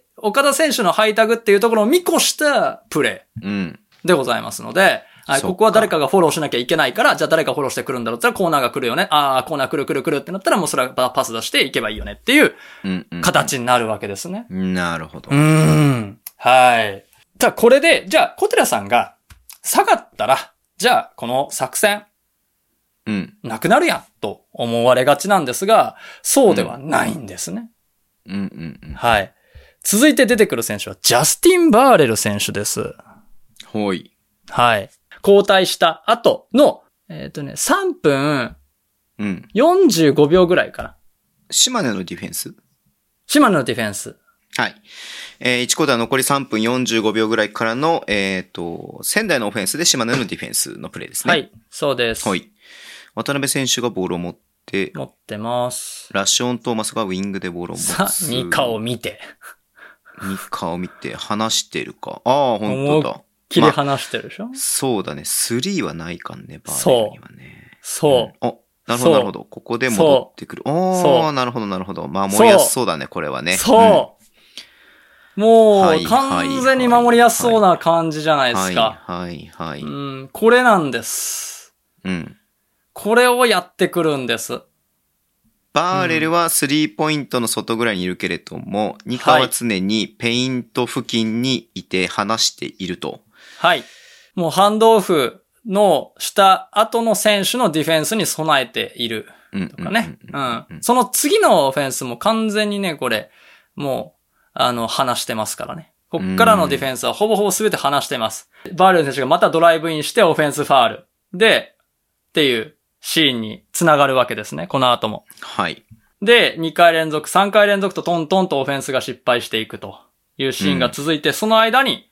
岡田選手のハイタグっていうところを見越したプレーでございますので、うん、はい、ここは誰かがフォローしなきゃいけないから、じゃあ誰かフォローしてくるんだろうって言ったらコーナーが来るよね。ああ、コーナー来る来る来るってなったらもうそれはパス出していけばいいよねっていう形になるわけですね。 うんうんうん、なるほど。 うーん。はい。じゃあこれで、じゃあ小寺さんが下がったら、じゃあこの作戦、 うん。 なくなるやんと思われがちなんですが、そうではないんですね。 うんうんうん。 はい。続いて出てくる選手はジャスティン・バーレル選手です。 ほい。 はい。交代した後の、えっとね、さんぷんよんじゅうごびょうぐらいかな。 島根のディフェンス？ 島根のディフェンス。 はい。えー、いちクォーター残りさんぷんよんじゅうごびょうぐらいからの、えっと、仙台のオフェンスで島根のディフェンスのプレーですね。 はい。そうです。 はい。渡辺選手がボールを持って、 持ってます。 ラッション・トーマスがウィングでボールを持つ。 さあ、ニカを見て。 ニカを見て、離してるか。ああ、本当だ。 思いっきり離してるでしょ、まあ、 そうだね。スリーはないかんね、バーレルにはね。 そう。 うん、お、なるほど、なるほど。ここで戻ってくる。おー、なるほど、なるほど。まあ、守りやすそうだね、これはね。 そう。うん、もう、はい、完全に守りやすそうな感じじゃないですか。 はい、はい、はい。 うん、これなんです。 うん。 これをやってくるんです。 バーレルはスリーポイントの外ぐらいにいるけれども、うん、ニカは常にペイント付近にいて離していると。 はい。もうハンドオフのした後の選手のディフェンスに備えているとかね。うん。その次のオフェンスも完全にね、これ、もう、あの、離してますからね。こっからのディフェンスはほぼほぼ全て離してます。バーレル選手がまたドライブインしてオフェンスファール。で、っていうシーンに繋がるわけですね。この後も。 はい。 で、にかい連続、さんかい連続とトントンとオフェンスが失敗していくというシーンが続いて、うん、その間に、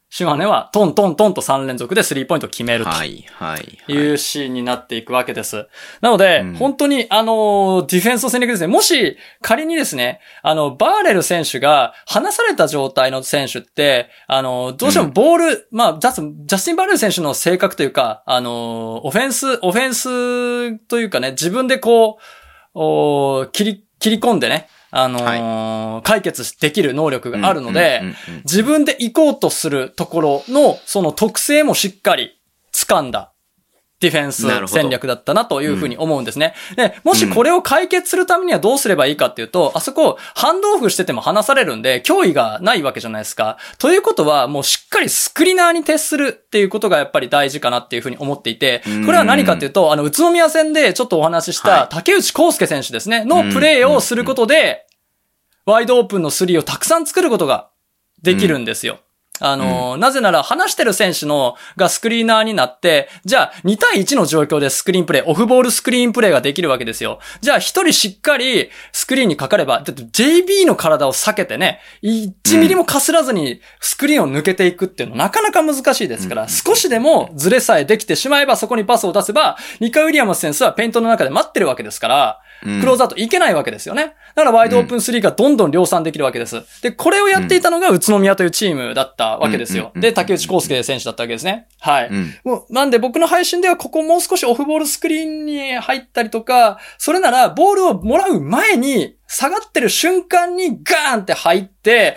島根はトントントンとさん連続でスリーポイントを決めると。 はい、はい。 いうシーンになっていくわけです。なので、うん、本当にあの、ディフェンスの戦略ですね。もし仮にですね、あの、バーレル選手が離された状態の選手って、あの、どうしてもボール、うん、まあ、ジャス、ジャスティン・バーレル選手の性格というか、あの、オフェンス、オフェンスというかね、自分でこう、お切り、切り込んでね、あのーはい、解決できる能力があるので、自分で行こうとするところの、その特性もしっかり掴んだディフェンス戦略だったなというふうに思うんですね。で、もしこれを解決するためにはどうすればいいかっていうと、あそこハンドオフしてても離されるんで、脅威がないわけじゃないですか。ということは、もうしっかりスクリナーに徹するっていうことがやっぱり大事かなっていうふうに思っていて、これは何かっていうと、あの、宇都宮戦でちょっとお話しした竹内康介選手ですね、のプレーをすることで、ワイドオープンのスリーをたくさん作ることができるんですよ。うん、あの、うん、なぜなら話してる選手のがスクリーナーになって、じゃあに対いちの状況でスクリーンプレイ、オフボールスクリーンプレイができるわけですよ。じゃあ一人しっかりスクリーンにかかれば、だって ジェイビー の体を避けてね、いちミリもかすらずにスクリーンを抜けていくっていうのはなかなか難しいですから、うん、少しでもズレさえできてしまえばそこにパスを出せば、ニカ・ウィリアムス選手はペイントの中で待ってるわけですから、クローズアウトいけないわけですよね。だからワイドオープンスリーがどんどん量産できるわけです。で、これをやっていたのが宇都宮というチームだったわけですよ。で、竹内康介選手だったわけですね。はい。もうなんで僕の配信ではここもう少しオフボールスクリーンに入ったりとか、それならボールをもらう前に下がってる瞬間にガーンって入って、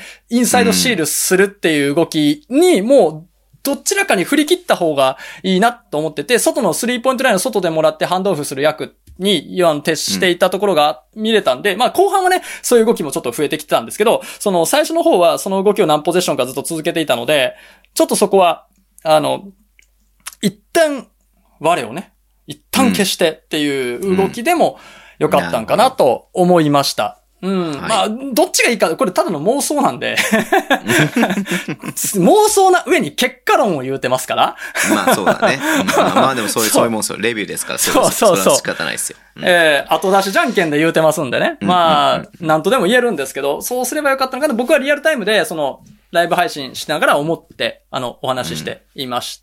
インサイドシールするっていう動きにもうどちらかに振り切った方がいいなと思ってて、外のスリーポイントラインの外でもらってハンドオフする役に、いわん、徹していたところが見れたんで、うん、まあ後半はね、そういう動きもちょっと増えてきてたんですけど、その最初の方はその動きを何ポゼッションかずっと続けていたので、ちょっとそこは、あの、一旦、我をね、一旦消してっていう動きでも良かったんかなと思いました。うん。はい、まあ、どっちがいいか、これただの妄想なんで。妄想な上に結果論を言うてますから。 まあそうだね。まあ、まあでもそういう、そういうもんですよ。レビューですから。 そうそうそう。 それは仕方ないですよ。 うん、えー、後出しじゃんけんで言うてますんでね。まあ、なんとでも言えるんですけど、そうすればよかったのかな。僕はリアルタイムで、その、ライブ配信しながら思って、あの、お話ししていました。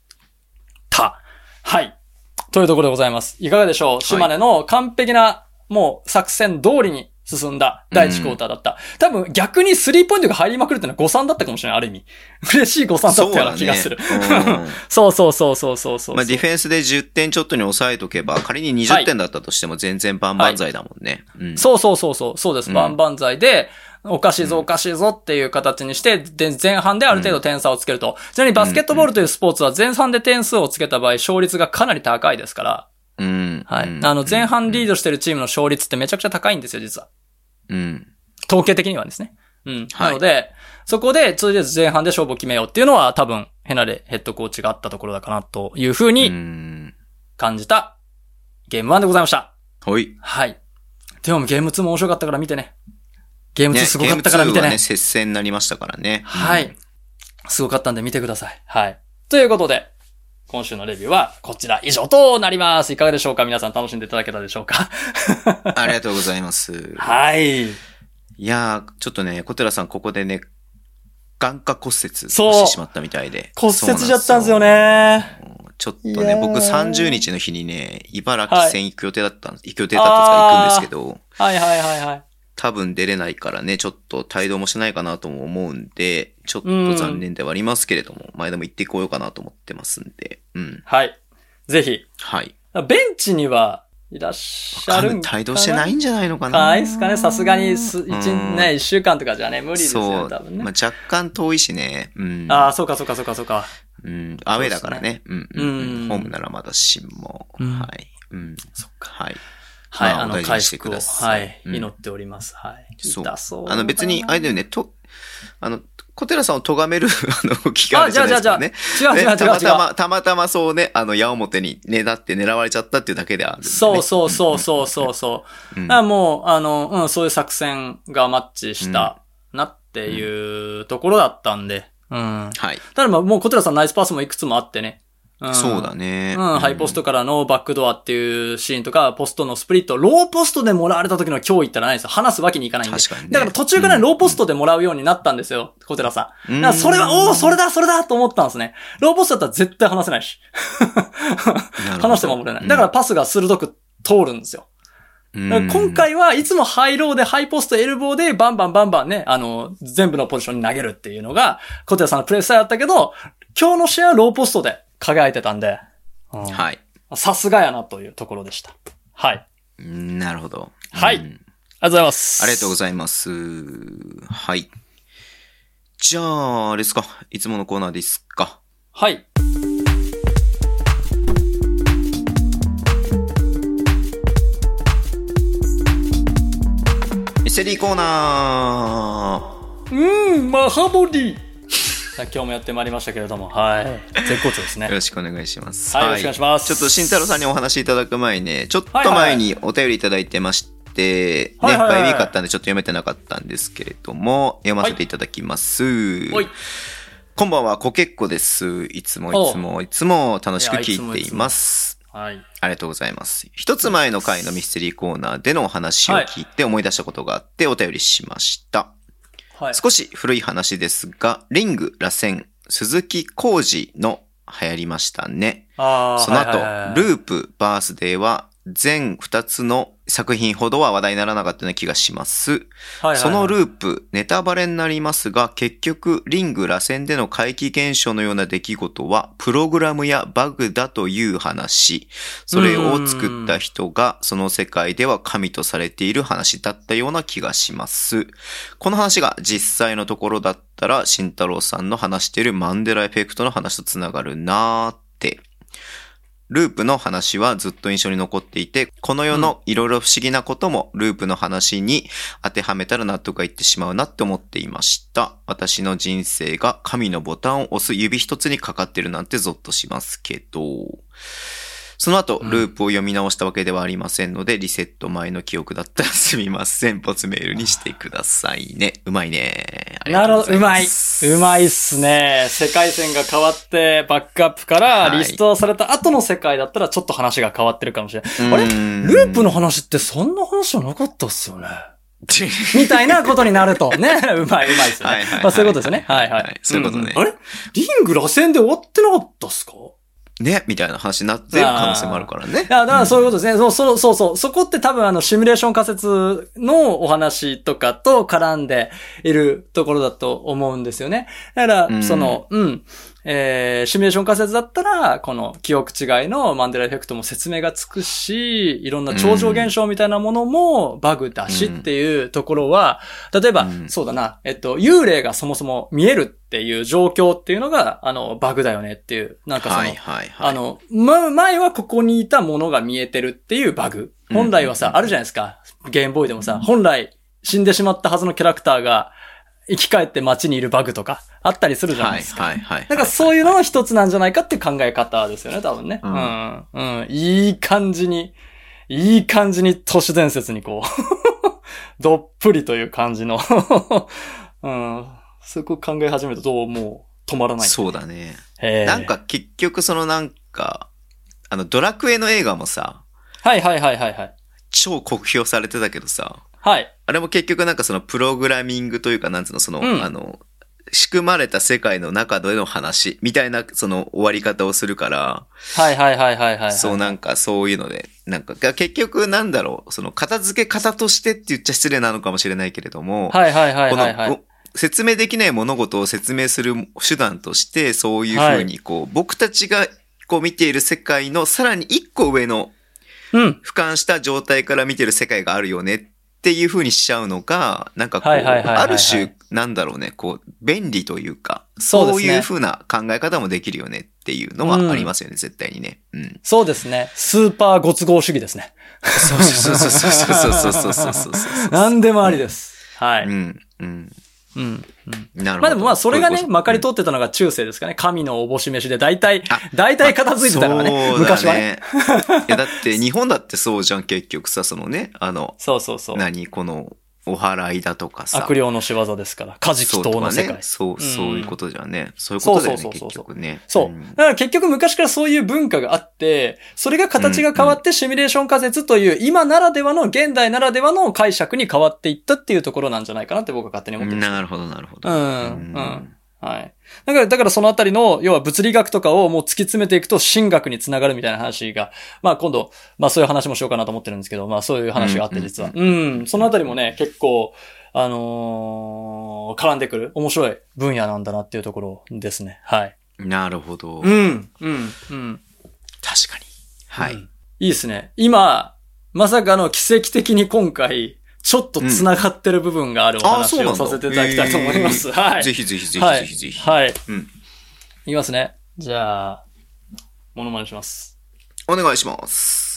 うん、はい。というところでございます。いかがでしょう、島根の完璧な、もう作戦通りに、進んだ第一クォーターだった。うん、多分逆にスリーポイントが入りまくるってのは誤算だったかもしれない、ある意味。嬉しい誤算だったような気がする。そうそうそうそうそうそう。 まあディフェンスでじゅってんちょっとに抑えとけば、仮ににじゅってんだったとしても全然バンバン剤だもんね。はいうん、 そうそうそうそう、そうです。バンバン剤で、おかしいぞおかしいぞっていう形にして、で前半である程度点差をつけると。ちなみにバスケットボールというスポーツは前半で点数をつけた場合、勝率がかなり高いですから。 うん。 はい。あの前半リードしてるチームの勝率ってめちゃくちゃ高いんですよ、実は。 うん。 統計的にはですね。うん。はい、なので、そこで、とりあえず前半で勝負を決めようっていうのは多分、ヘナレヘッドコーチがあったところだかなというふうに感じたゲームワンでございました。 はい。 はい。でもゲームツーも面白かったから見てね。ゲームツーすごかったから見てね。ねゲームツーはね、 接戦になりましたからね。 はい。すごかったんで見てください。はい。ということで、今週のレビューはこちら以上となります。いかがでしょうか？皆さん楽しんでいただけたでしょうか？ ありがとうございます。 はい。いやー、ちょっとね、小寺さんここでね、眼下骨折してしまったみたいで。 骨折しちゃったんですよね。 ちょっとね、僕さんじゅうにちの日にね、茨城戦行く予定だったんです。はい、行く予定だったんですから行くんですけど。 はいはいはいはい。 多分出れないからね、ちょっと帯同もしないかなとも思うんで、ちょっと残念ではありますけれども、前でも行ってこようかなと思ってますんで。うん。 はい。ぜひ。 はい。 ベンチにはいらっしゃるんかな。 帯同してないんじゃないのかな。 ないですかね。さすがにす、一、ね、一週間とかじゃね、無理ですよね、多分ね。 まあ、若干遠いしね。うん。 ああ、そうかそうかそうかそうか。 うん。アウェーだからね。うねうん、うん、うん。ホームならまだしも。うん、はい。うん。 そっか。 はい。 はい、あの、回復を、はい、祈っております。はい。 痛そう。あの、別に、あれだよね、と、あの、小寺さんを咎める、あの、気があるじゃないですかね。 違う違う違う違う。 たまたま、たまたまそうね、あの、矢面にねだって狙われちゃったっていうだけである、ね。 そうそうそうそうそうそう。うん、だからもう、あの、うん、そういう作戦がマッチしたなっていうところだったんで。うん。 はい。 ただまあ、もう小寺さんナイスパスもいくつもあってね。 うん、 そうだね。 うん。ハイポストからのバックドアっていうシーンとか、ポストのスプリット、ローポストでもらわれた時の脅威ってのはないんですよ。話すわけにいかないんで。 確かにね。 だから途中からローポストでもらうようになったんですよ、小寺さん。だからそれは、おー、それだ、それだと思ったんですね。ローポストだったら絶対話せないし。話しても守れない。だからパスが鋭く通るんですよ。今回はいつもハイローでハイポストエルボーでバンバンバンバンね、あの、全部のポジションに投げるっていうのが、小寺さんのプレースタイルだったけど、今日の試合はローポストで輝いてたんで、うん、 はい。 さすがやなというところでした。はい。 なるほど。 はい。うん、ありがとうございます。 ありがとうございます。はい。じゃあ、あれですか。いつものコーナーですか。 はい。 ミステリーコーナー。うーん、マハボディ。今日もやってまいりましたけれども、はい。絶好調ですね。 よろしくお願いします。 はい、よろしくお願いします。 ちょっと慎太郎さんにお話しいただく前にね、ちょっと前にお便りいただいてまして、はいはいはい、ね、バイビーかったんでちょっと読めてなかったんですけれども、読ませていただきます。はい。こんばんは、コケッコです。いつもいつもいつも楽しく聞いています。 はい。 ありがとうございます。一つ前の回のミステリーコーナーでのお話を聞いて思い出したことがあってお便りしました。はい、少し古い話ですが、リング、螺旋、鈴木浩二の流行りましたね。あその後、はいはいはい、ループ、バースデーは全二つの作品ほどは話題にならなかったような気がします。はいはいはい、そのループ、ネタバレになりますが、結局、リング、螺旋での怪奇現象のような出来事は、プログラムやバグだという話。それを作った人が、その世界では神とされている話だったような気がします。この話が実際のところだったら、慎太郎さんの話しているマンデラエフェクトの話とつながるなーって。ループの話はずっと印象に残っていて、この世のいろいろ不思議なこともループの話に当てはめたら納得がいってしまうなって思っていました。私の人生が神のボタンを押す指一つにかかってるなんてゾッとしますけど、その後、ループを読み直したわけではありませんので、リセット前の記憶だったらすみません。ポツメールにしてくださいね。うまいね。ありがとうございます。 なるほど、うまい。うまいっすね。世界線が変わって、バックアップからリストアされた後の世界だったらちょっと話が変わってるかもしれない。はい、あれループの話ってそんな話じゃなかったっすよね。みたいなことになると。ね。うまい、うまいっすよね。はいはいはいはい、まあそういうことですよね。はいはい。 そういうことね。 うんうん、あれリング螺旋で終わってなかったっすかね、みたいな話になってる可能性もあるからね。 いや、だからそういうことですね。うん、そうそうそう。そこって多分あの、シミュレーション仮説のお話とかと絡んでいるところだと思うんですよね。だから、うん、その、うん。えー、シミュレーション仮説だったら、この記憶違いのマンデラエフェクトも説明がつくし、いろんな超常現象みたいなものもバグだしっていうところは、うん、例えば、うん、そうだな、えっと、幽霊がそもそも見えるっていう状況っていうのが、あの、バグだよねっていう、なんかその、はいはいはい、あの、ま、前はここにいたものが見えてるっていうバグ。本来はさ、うん、あるじゃないですか。ゲームボーイでもさ、本来死んでしまったはずのキャラクターが、生き返って街にいるバグとかあったりするじゃないですか。はいはいはい。だからそういうのの一つなんじゃないかっていう考え方ですよね、多分ね。うん。うん。いい感じに、いい感じに都市伝説にこう、どっぷりという感じの、うん。そこ考え始めるとどうもう止まらない。 そうだね。なんか結局そのなんか、あのドラクエの映画もさ。 はいはいはいはいはい。 超酷評されてたけどさ。 はい。 あれも結局なんかそのプログラミングというかなんつうのその、うん、あの、仕組まれた世界の中での話みたいなその終わり方をするから。 はいはいはいはいはい、はい。 そうなんかそういうので、なんか結局なんだろう、その片付け方としてって言っちゃ失礼なのかもしれないけれども。 はいはいはいはい、はい。この説明できない物事を説明する手段としてそういう風にこう、はい、僕たちがこう見ている世界のさらに一個上の俯瞰した状態から見てる世界があるよねっていう風にしちゃうのが、なんかこう、ある種、なんだろうね、こう、便利というか、そういう風な考え方もできるよねっていうのはありますよね、うん、絶対にね。うん。 そうですね。スーパーご都合主義ですね。 そうそうそうそうそうそうそうそうそうそう。 何でもありです。はい。 うん。うん。 うん。うん。なるほど。まあでもまあそれがね、まかり通ってたのが中世ですかね。神のおぼし飯で大体、大体片付いてたからね。ね昔はね。 いやだって日本だってそうじゃん、結局さ、そのね、あの、 そうそうそう。 何、この、 お祓いだとかさ。 悪霊の仕業ですから。カジキ島の世界。 そう、そういうことじゃね。そういうことだよね、結局ね。 そう。だから結局昔からそういう文化があって、それが形が変わってシミュレーション仮説という今ならではの、現代ならではの解釈に変わっていったっていうところなんじゃないかなって僕は勝手に思ってます。 なるほど、なるほど。 うん。うん。はい。だから、だからそのあたりの、要は物理学とかをもう突き詰めていくと神学につながるみたいな話が、まあ今度、まあそういう話もしようかなと思ってるんですけど、まあそういう話があって実は。うん、うんうん。そのあたりもね、結構、あのー、絡んでくる面白い分野なんだなっていうところですね。はい。 なるほど。 うん、うん、うん。 確かに。はい。うん、 いいですね。今、まさかの奇跡的に今回、ちょっと繋がってる部分があるお話をさせていただきたいと思います。はい。 ぜひぜひぜひぜひぜひ。 はい。はい、うん。いきますね。じゃあ、モノマネします。 お願いします。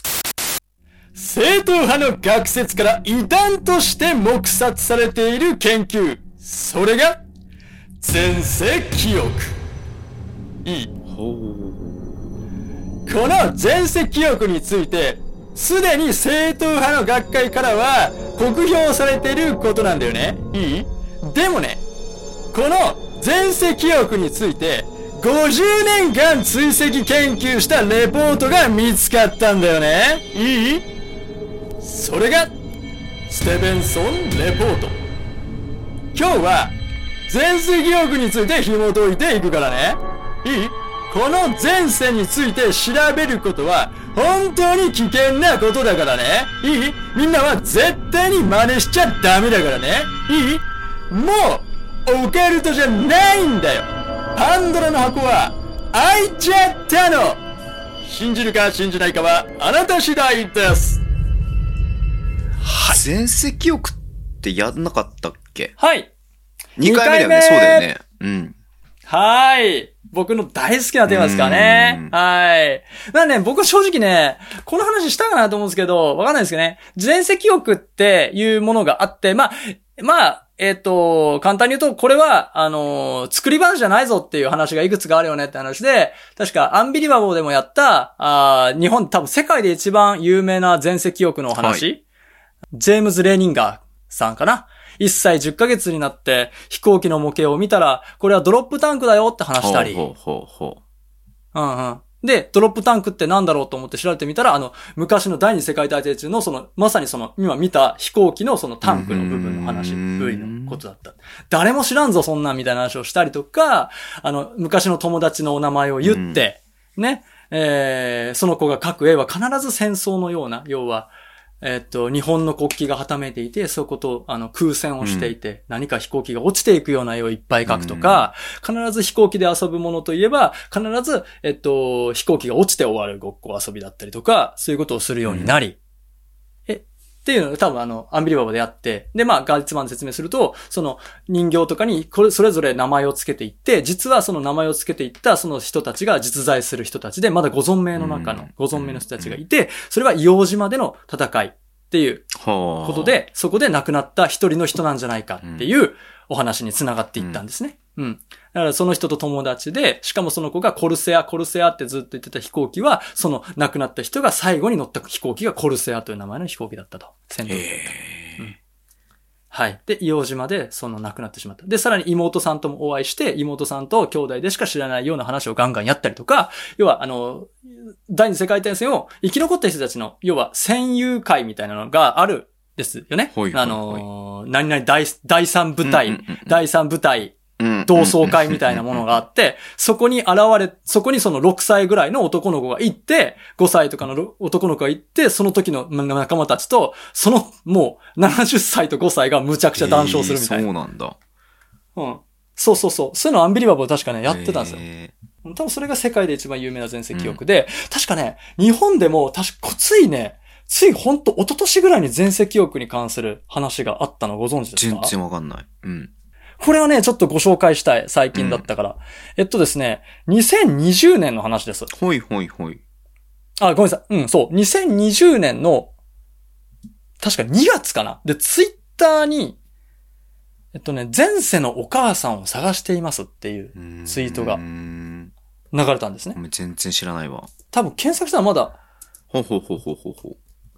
正統派の学説から異端として黙殺されている研究。それが、前世記憶。いい。ほう。この前世記憶について、すでに正統派の学会からは酷評されていることなんだよね。いい？でもね、この前世記憶についてごじゅうねんかん追跡研究したレポートが見つかったんだよね。いい？それがステベンソンレポート。今日は前世記憶について紐解いていくからね。いい？この前世について調べることは本当に危険なことだからね。いい？みんなは絶対に真似しちゃダメだからね。いい？もうオカルトじゃないんだよ。パンドラの箱は開いちゃったの。信じるか信じないかはあなた次第です。 はい。前世記憶ってやんなかったっけ？ はい。 にかいめだよね。そうだよね。うん。 はい。僕の大好きなテーマですからね。はい。なんでね、僕正直ね、この話したかなと思うんですけど、わかんないですけどね。前世記憶っていうものがあって、まあ、まあ、えっと、簡単に言うと、これは、あのー、作り話じゃないぞっていう話がいくつかあるよねって話で、確かアンビリバボーでもやった、あ日本多分世界で一番有名な前世記憶のお話、はい、ジェームズ・レーニンガーさんかないっさいじゅっかげつになって飛行機の模型を見たら、これはドロップタンクだよって話したり。 ほうほうほう。うんうん。で、ドロップタンクってなんだろうと思って調べてみたら、あの、昔の第二次世界大戦中のその、まさにその、今見た飛行機のそのタンクの部分の話、部位のことだった。誰も知らんぞ、そんなんみたいな話をしたりとか、あの、昔の友達のお名前を言って、ね、えー、その子が描く絵は必ず戦争のような、要は、えっと、日本の国旗がはためいていて、そこと、あの、空戦をしていて、うん、何か飛行機が落ちていくような絵をいっぱい描くとか、うん、必ず飛行機で遊ぶものといえば、必ず、えっと、飛行機が落ちて終わるごっこ遊びだったりとか、そういうことをするようになり、うん、え、っていうのが多分あの、アンビリバボーであって、で、まあ、ガーリッツマンで説明すると、その人形とかに、これ、それぞれ名前をつけていって、実はその名前をつけていったその人たちが実在する人たちで、まだご存命の中のご存命の人たちがいて、それは硫黄島での戦いっていうことで、そこで亡くなった一人の人なんじゃないかっていうお話に繋がっていったんですね。うん。うん、だからその人と友達で、しかもその子がコルセア、コルセアってずっと言ってた飛行機は、その亡くなった人が最後に乗った飛行機がコルセアという名前の飛行機だったと。戦闘機だった。うん。はい。で、硫黄島でその亡くなってしまった。で、さらに妹さんともお会いして、妹さんと兄弟でしか知らないような話をガンガンやったりとか、要はあの、第二次世界大戦を生き残った人たちの、要は戦友会みたいなのがあるですよね。 ほいほいほい。 あの、何々第、第三部隊、うんうんうん、第三部隊、同窓会みたいなものがあって、そこに現れ、そこにそのろくさいぐらいの男の子が行って、ごさいとかの男の子が行って、その時の仲間たちと、そのもうななじゅっさいとごさいがむちゃくちゃ談笑するみたいな。 そうなんだ。 うん。そうそうそう。そういうのアンビリバボー確かね、やってたんですよ。多分それが世界で一番有名な前世記憶で、うん、確かね、日本でも確かついね、ついほんと一昨年ぐらいに前世記憶に関する話があったのご存知ですか？ 全然わかんない。うん。 これはね、ちょっとご紹介したい。最近だったから。うん、えっとですね、にせんにじゅうねんの話です。 ほいほいほい。 あ、ごめんなさい。うん、そう。にせんにじゅうねんの、確かにがつかな。で、ツイッターに、えっとね、前世のお母さんを探していますっていうツイートが流れたんですね。 全然知らないわ。 多分検索したらまだ、 ほうほうほうほうほうほう。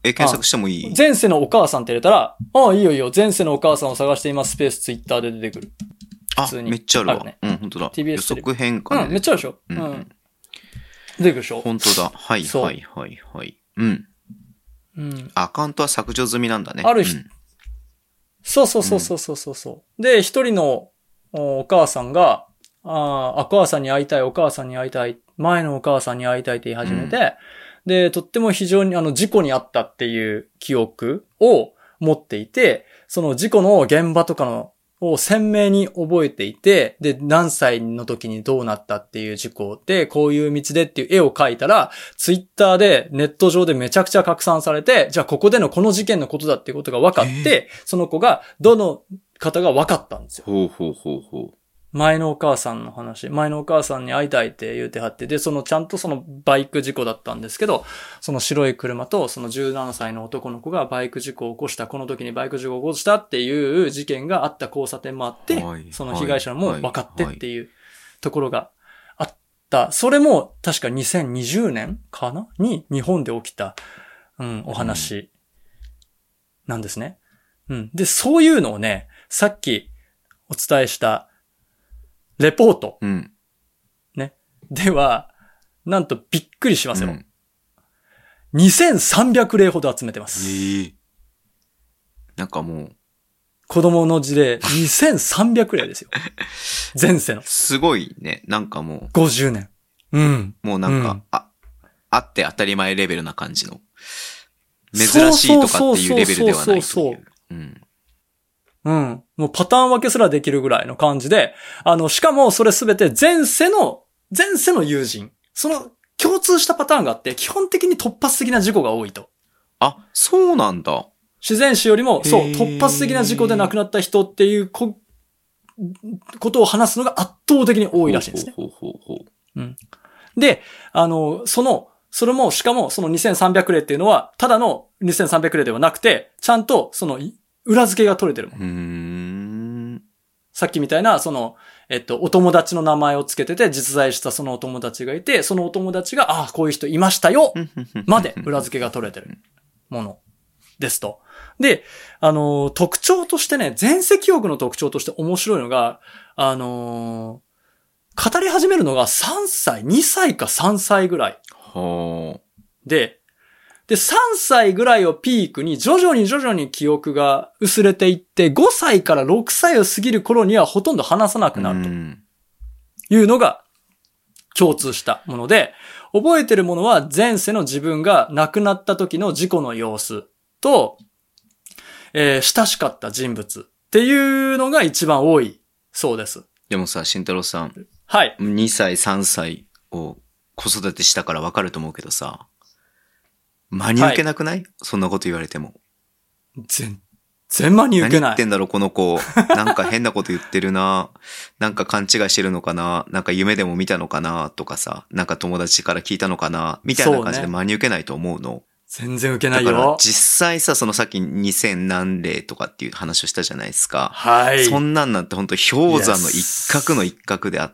え、検索してもいい？ 前世のお母さんって入れたら、ああ、いいよいいよ。前世のお母さんを探しています。スペースツイッターで出てくる。 あ、めっちゃあるわ。ね、うん、本当だ。ティービーエス 予測変化、 ね。うん、めっちゃあるでしょ。うん。うん、出てくるでしょ。 本当だ。はいはいはいはい。うん。うん。アカウントは削除済みなんだね。 ある人、うん、そうそうそうそうそうそう。で、一人のお母さんが、ああ、お母さんに会いたい、お母さんに会いたい、前のお母さんに会いたいって言い始めて、うん、で、とっても非常にあの事故にあったっていう記憶を持っていて、その事故の現場とかのを鮮明に覚えていて、で、何歳の時にどうなったっていう事故で、こういう道でっていう絵を描いたら、ツイッターでネット上でめちゃくちゃ拡散されて、じゃあここでのこの事件のことだっていうことが分かって、その子がどの方が分かったんですよ。 ほうほうほうほう。 前のお母さんの話、前のお母さんに会いたいって言うてはって、で、そのちゃんとそのバイク事故だったんですけど、その白い車とそのじゅうななさいの男の子がバイク事故を起こした、この時にバイク事故を起こしたっていう事件があった交差点もあって、はい、その被害者も分かってっていうところがあった。それも確かにせんにじゅうねんかなに日本で起きた、うん、お話なんですね。うん。で、そういうのをね、さっきお伝えしたレポート。うん。ね。では、なんとびっくりしますよ。うん、にせんさんびゃくれいほど集めてます。 えー、なんかもう。 子供の事例にせんさんびゃくれいですよ。前世の。 すごいね。なんかもう。 ごじゅうねん。うん。 もうなんか、うん、あ、あって当たり前レベルな感じの。珍しいとかっていうレベルではないという。うん。 うん。もうパターン分けすらできるぐらいの感じで、あの、しかもそれすべて前世の、前世の友人。その共通したパターンがあって、基本的に突発的な事故が多いと。 あ、そうなんだ。 自然死よりも、そう、突発的な事故で亡くなった人っていうこ、ことを話すのが圧倒的に多いらしいんですね。ほうほうほうほう。うん。で、あの、その、それも、しかもそのにせんさんびゃくれいっていうのは、ただのにせんさんびゃくれいではなくて、ちゃんとその、裏付けが取れてるもん。うーん。さっきみたいな、その、えっと、お友達の名前をつけてて、実在したそのお友達がいて、そのお友達が、ああ、こういう人いましたよまで裏付けが取れてるものですと。で、あの、特徴としてね、前世記憶の特徴として面白いのが、あのー、語り始めるのがさんさい、にさいかさんさいぐらい。はあ。で、で、さんさいぐらいをピークに徐々に徐々に記憶が薄れていって、ごさいからろくさいを過ぎる頃にはほとんど話さなくなるというのが共通したもので、覚えてるものは前世の自分が亡くなった時の事故の様子と、えー、親しかった人物っていうのが一番多いそうです。 でもさ、慎太郎さん。 はい。 にさい、さんさいを子育てしたからわかると思うけどさ、真に受けなくない？はい、そんなこと言われても。 全然真に受けない。 何言ってんだろうこの子。なんか変なこと言ってるな。なんか勘違いしてるのかな。なんか夢でも見たのかなとかさ。なんか友達から聞いたのかなみたいな感じで真に受けないと思うの。 全然受けないよ。 だから実際さ、そのさっきにせん何例とかっていう話をしたじゃないですか。 はい。 そんなんなんて本当氷山の一角の一角であって、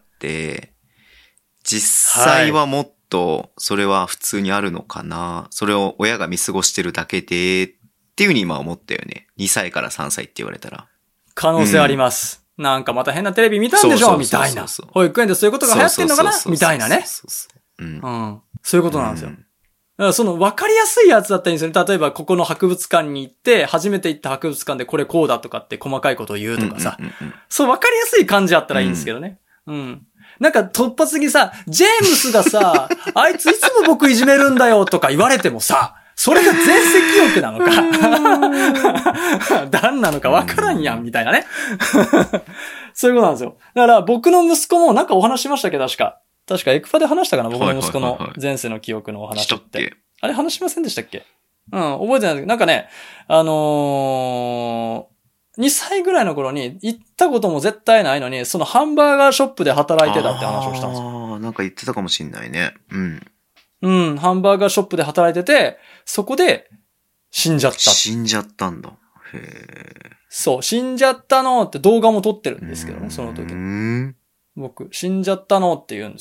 実際はもっとそれは普通にあるのかな。それを親が見過ごしてるだけでっていうふうに今思ったよね。にさいからさんさいって言われたら。 可能性あります。うん、なんかまた変なテレビ見たんでしょみたいな。保育園でそういうことが流行ってんのかなみたいなね。うん。そういうことなんですよ。うん、だからその分かりやすいやつだったらいいんですよね。例えばここの博物館に行って、初めて行った博物館でこれこうだとかって細かいことを言うとかさ。うんうんうんうん、そう分かりやすい感じだったらいいんですけどね。うん、うんなんか突発的にさ、ジェームスがさ、あいついつも僕いじめるんだよとか言われてもさ、それが前世記憶なのか、何なのか分からんやんみたいなね。そういうことなんですよ。だから僕の息子もなんかお話しましたっけ確か。確かエクファで話したかな僕の息子の前世の記憶のお話って。はいはいはいはい、あれ話しませんでしたっけうん、覚えてない。なんかね、あのー、にさいぐらいの頃に行ったことも絶対ないのに、そのハンバーガーショップで働いてたって話をしたんですよ。 ああ、なんか言ってたかもしんないね。うん。 うん、ハンバーガーショップで働いてて、そこで死んじゃった。 死んじゃったんだ。へえ。 そう、死んじゃったのって動画も撮ってるんですけどね、その時。僕、死んじゃったのって言うんですよ。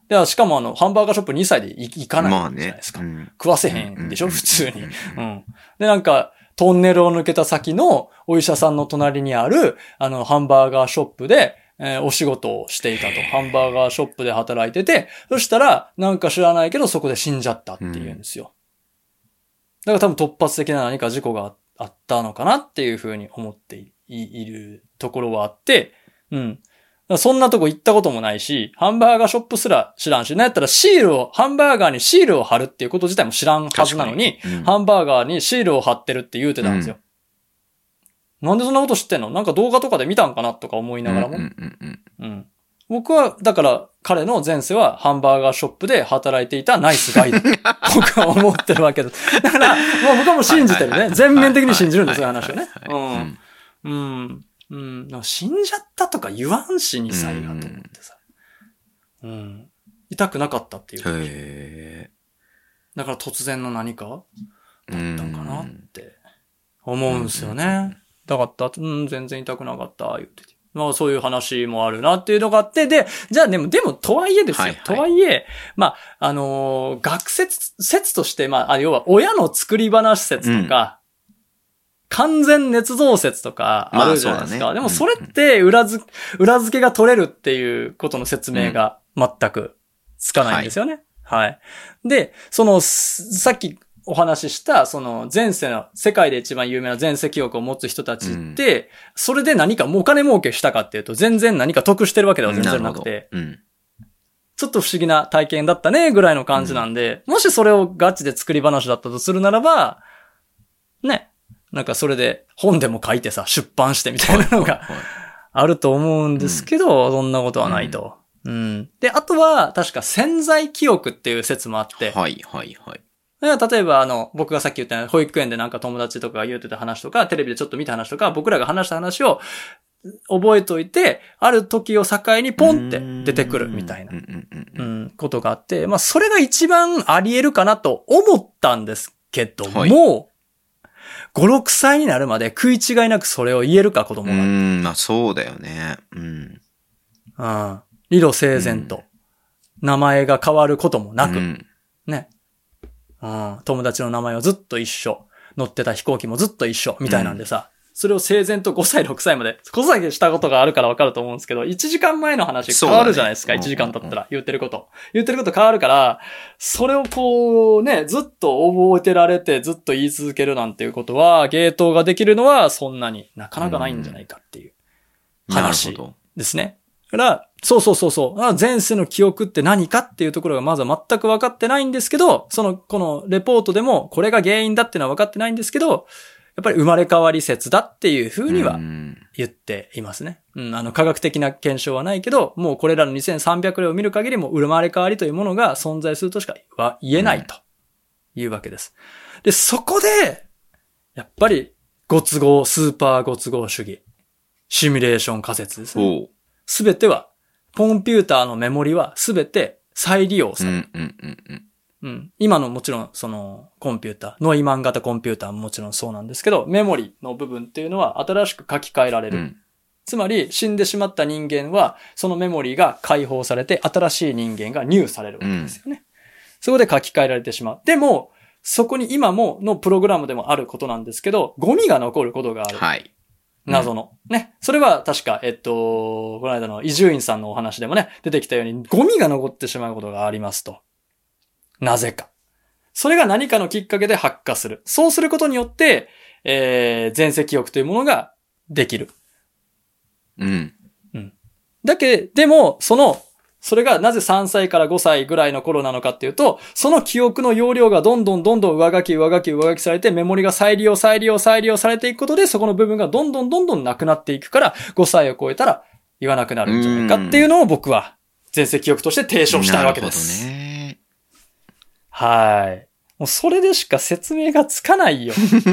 で、しかもあの、ハンバーガーショップにさいで行かないじゃないですか。まあねうん、食わせへんでしょ、うん、普通に、うん。で、なんか、トンネルを抜けた先のお医者さんの隣にある、あの、ハンバーガーショップで、えー、お仕事をしていたと。ハンバーガーショップで働いてて、そしたら、なんか知らないけど、そこで死んじゃったって言うんですよ。うん、だから多分突発的な何か事故があったのかなっていうふうに思ってい、いるところはあって、うん。そんなとこ行ったこともないし、ハンバーガーショップすら知らんし、なんやったらシールを、ハンバーガーにシールを貼るっていうこと自体も知らんはずなのに、にうん、ハンバーガーにシールを貼ってるって言うてたんですよ。うん、なんでそんなこと知ってんの？なんか動画とかで見たんかなとか思いながらも。うんうんうんうん、僕は、だから彼の前世はハンバーガーショップで働いていたナイスガイだ。僕は思ってるわけです。だから、もう僕はもう信じてるね。全面的に信じるんですよ、話をね。うん。うんうん。なんか死んじゃったとか言わんし、にさいがと思ってさ。うん。痛くなかったっていう。へだから突然の何かだったんかなって思うんですよね。痛かった。うん、全然痛くなかった、言ってて。まあそういう話もあるなっていうのがあって、で、じゃあでも、でもとはいえですよ。はいはい、とはいえ、まあ、あのー、学説、説として、まあ、あ要は親の作り話説とか、うん完全捏造説とかあるじゃないですか。まあね、でもそれって裏付、裏付けが取れるっていうことの説明が全くつかないんですよね。うん、はい、はい。で、その、さっきお話しした、その前世の、世界で一番有名な前世記憶を持つ人たちって、うん、それで何かお金儲けしたかっていうと、全然何か得してるわけでは全然なくて、うん、ちょっと不思議な体験だったね、ぐらいの感じなんで、うん、もしそれをガチで作り話だったとするならば、ね、なんかそれで本でも書いてさ、出版してみたいなのがあると思うんですけど、うん、そんなことはないと、うん。うん。で、あとは確か潜在記憶っていう説もあって。 はいはいはい。 例えばあの、僕がさっき言ったような保育園でなんか友達とかが言ってた話とか、テレビでちょっと見た話とか、僕らが話した話を覚えといて、ある時を境にポンって出てくるみたいな、うん、ことがあって、まあそれが一番あり得るかなと思ったんですけども、はいご、ろくさいになるまで食い違いなくそれを言えるか、子供が。 うん、まあそうだよね。うん。 うん。理路整然と、うん。名前が変わることもなく。うん、ね。うん。友達の名前はずっと一緒。乗ってた飛行機もずっと一緒。みたいなんでさ。うん、それを整然とごさい、ろくさいまで。ごさいでしたことがあるからわかると思うんですけど、いちじかんまえの話変わるじゃないですか。ね、いちじかん経ったら。言ってること。言ってること変わるから、それをこうね、ずっと覚えてられて、ずっと言い続けるなんていうことは、芸当ができるのはそんなになかなかないんじゃないかっていう話ですね。だから、そうそうそうそう。前世の記憶って何かっていうところがまずは全く分かってないんですけど、その、このレポートでもこれが原因だっていうのは分かってないんですけど、やっぱり生まれ変わり説だっていう風には言っていますね。うん、あの、科学的な検証はないけど、もうこれらのにせんさんびゃく例を見る限りも生まれ変わりというものが存在するとしかは言えないというわけです。で、そこで、やっぱり、ご都合、スーパーご都合主義、シミュレーション仮説ですね。すべては、コンピューターのメモリはすべて再利用される。うんうんうんうんうん、今のもちろんそのコンピューター、ノイマン型コンピューターももちろんそうなんですけど、メモリの部分っていうのは新しく書き換えられる。うん、つまり死んでしまった人間はそのメモリが解放されて新しい人間が入されるわけですよね。うん、そこで書き換えられてしまう。でも、そこに今ものプログラムでもあることなんですけど、ゴミが残ることがある。はい。謎の。うん、ね。それは確か、えっと、この間の伊集院さんのお話でもね、出てきたようにゴミが残ってしまうことがありますと。なぜか。それが何かのきっかけで発火する。そうすることによって、えー、前世記憶というものができる。うん。うん。だけ、でも、その、それがなぜさんさいからごさいぐらいの頃なのかっていうと、その記憶の容量がどんどんどんどん上書き上書き上書きされて、メモリが再利用再利用再利用されていくことで、そこの部分がどんどんどんどんなくなっていくから、ごさいを超えたら言わなくなるんじゃないかっていうのを僕は前世記憶として提唱したいわけです。なるほどね。はい。もうそれでしか説明がつかないよ。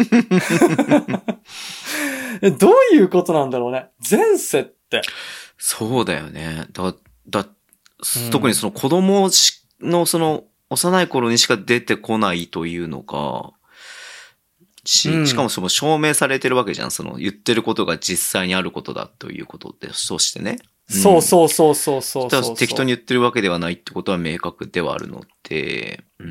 どういうことなんだろうね。前世って。 そうだよね。だ、だ、うん、特にその子供のその幼い頃にしか出てこないというのか、し、うん、しかもその証明されてるわけじゃん。その言ってることが実際にあることだということで、そしてね。 そうそうそうそうそうそうそう。 適当に言ってるわけではないってことは明確ではあるので、うん、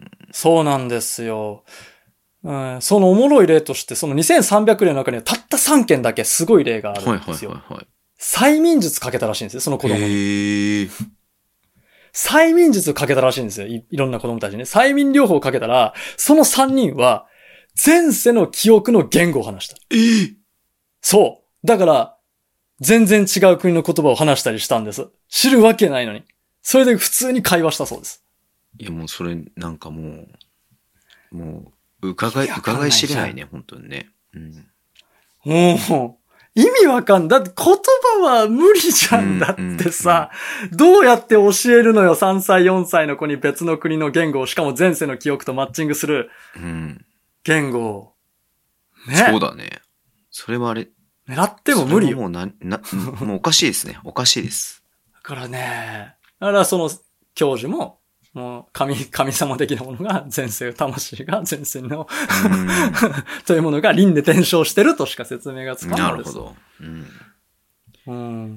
そうなんですよ。うん、そのおもろい例として、そのにせんさんびゃくれいの中にはたったさんけんだけすごい例があるんですよ。はいはいはいはい。催眠術かけたらしいんですよ、その子供に。へー。催眠術をかけたらしいんですよ。い, いろんな子供たちにね。催眠療法をかけたら、そのさんにんは、前世の記憶の言語を話した。 えー、 そう。だから、全然違う国の言葉を話したりしたんです。知るわけないのに。それで普通に会話したそうです。 いやもうそれなんかもう、もう、伺い、伺い知れないね、本当にね。うん。 もう、意味わかん。だって言葉は無理じゃんだってさ、うんうん、どうやって教えるのよ、さんさい、よんさいの子に別の国の言語を、しかも前世の記憶とマッチングする言語を。 ね。そうだね。それはあれ。 狙っても無理よ。 もうな、な、もうおかしいですね。おかしいです。 だからね、だからその教授も、もう神、神様的なものが前世、魂が前世のというものが輪廻転生してるとしか説明がつかないです。なるほど。うん。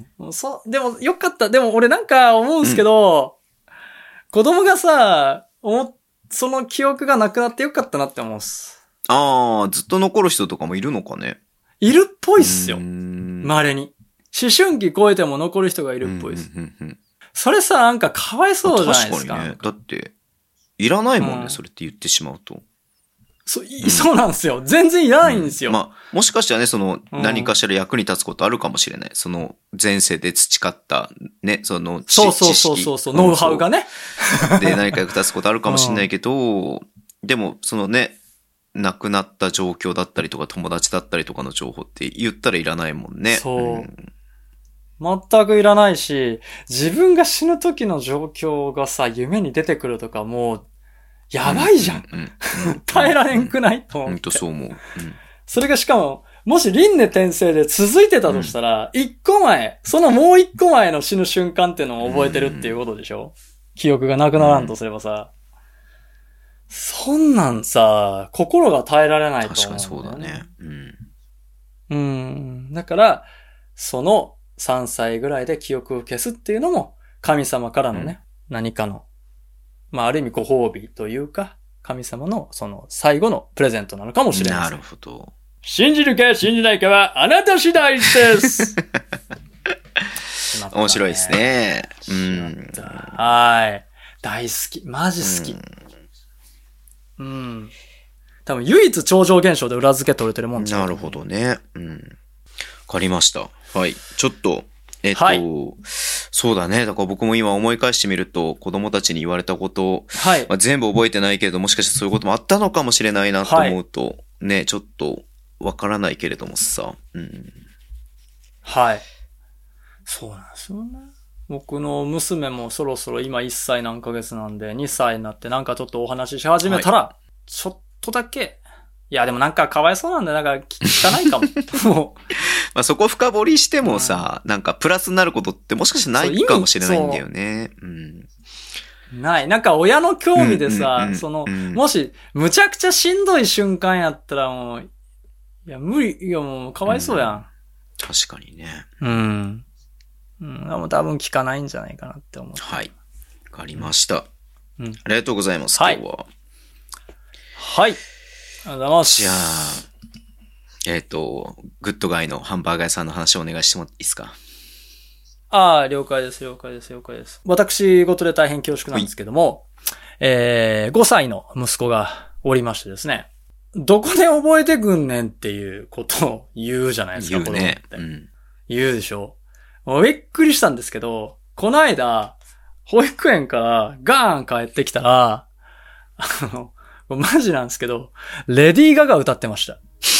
うん。そう、でもよかった。でも俺なんか思うんですけど、うん、子供がさ、おその記憶がなくなってよかったなって思うんです。 ああ、ずっと残る人とかもいるのかね。 いるっぽいっすよ。稀に。思春期超えても残る人がいるっぽいです。それさ、なんかかわいそうじゃないですか。 確かにね。だって、いらないもんね、うん、それって言ってしまうと。 そう、うん、そうなんですよ。全然いらないんですよ。 うん、まあ、もしかしたらね、その、何かしら役に立つことあるかもしれない。その、前世で培った、ね、その知、 そうそうそうそうそう、ノウハウがね。 で、何か役立つことあるかもしれないけど、うん、でも、そのね、亡くなった状況だったりとか友達だったりとかの情報って言ったらいらないもんね。 そう。うん、全くいらないし、自分が死ぬ時の状況がさ、夢に出てくるとかもう、やばいじゃん。うんうんうん、耐えられんくないと思って。 ほんとそう思う。うん、 それがしかも、もし輪廻転生で続いてたとしたら、一、うん、個前、そのもう一個前の死ぬ瞬間っていうのを覚えてるっていうことでしょ、うん、記憶がなくならんとすればさ。うんそんなんさ、心が耐えられないと思う、ね。 確かにそうだね。うん。 うん。だから、そのさんさいぐらいで記憶を消すっていうのも、神様からのね、うん、何かの、まあ、ある意味ご褒美というか、神様のその最後のプレゼントなのかもしれない。 なるほど。 信じるか信じないかはあなた次第です。 ね、面白いですね。うん。 はい。大好き。マジ好き。うんうん。多分唯一超常現象で裏付け取れてるもん。 なるほどね。うん。わかりました。はい。ちょっと、えっと、はい、そうだね。だから僕も今思い返してみると、子供たちに言われたことを、はい、まあ、全部覚えてないけれど、もしかしてそういうこともあったのかもしれないなと思うと、はい、ね、ちょっとわからないけれどもさ。うん。 はい。そうなんですよね。僕の娘もそろそろ今いっさい何ヶ月なんで、にさいになってなんかちょっとお話しし始めたら、はい、ちょっとだけ、いやでもなんかかわいそうなんで、なんか聞かないかも。もうまあそこ深掘りしてもさ、うん、なんかプラスになることってもしかしてないかもしれないんだよね。うん、 ない。なんか親の興味でさ、うんうんうん、その、もしむちゃくちゃしんどい瞬間やったらもう、いや無理、いやもうかわいそうやん。うん、 確かにね。 うん。うん、でも多分聞かないんじゃないかなって思って。 はい。わかりました。うん。ありがとうございます。今日は。 はい。ありがとうございます。 じゃあ、えっと、グッドガイのハンバーガー屋さんの話をお願いしてもいいですか？ ああ、了解です、了解です、了解です。私事で大変恐縮なんですけども、えー、ごさいの息子がおりましてですね、どこで覚えてくんねんっていうことを言うじゃないですか、 言うね、 子供って。うん、言うでしょ。びっくりしたんですけど、この間、保育園からガーン帰ってきたら、あの、マジなんですけど、レディー・ガガ歌ってました。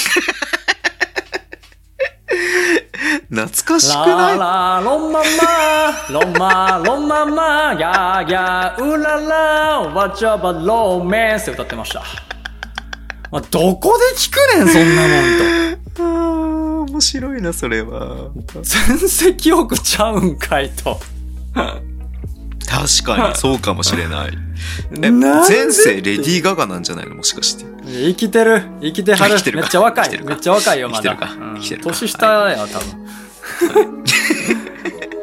懐かしくない？ ララロンママ、ロンマロンママ、ギャーギャー、ウララ、ワチャバローメンスって歌ってました。まあ、どこで聞くねん、そんなもんと。 あー、面白いな、それは。 全然記憶ちゃうんかいと。 確かに、そうかもしれない。え、前世レディー・ガガなんじゃないのもしかして。 生きてる。生きてはる。 生きてるかめっちゃ若い。めっちゃ若いよ、まだ。 生きてるか。生きてるか。 年下や、多分。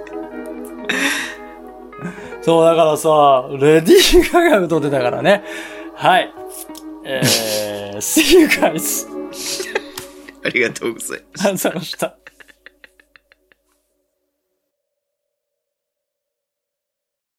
そう、だからさ、レディー・ガガ歌ってたからね。はい。えー、see you guys. ありがとうございます。 ありがとうございました。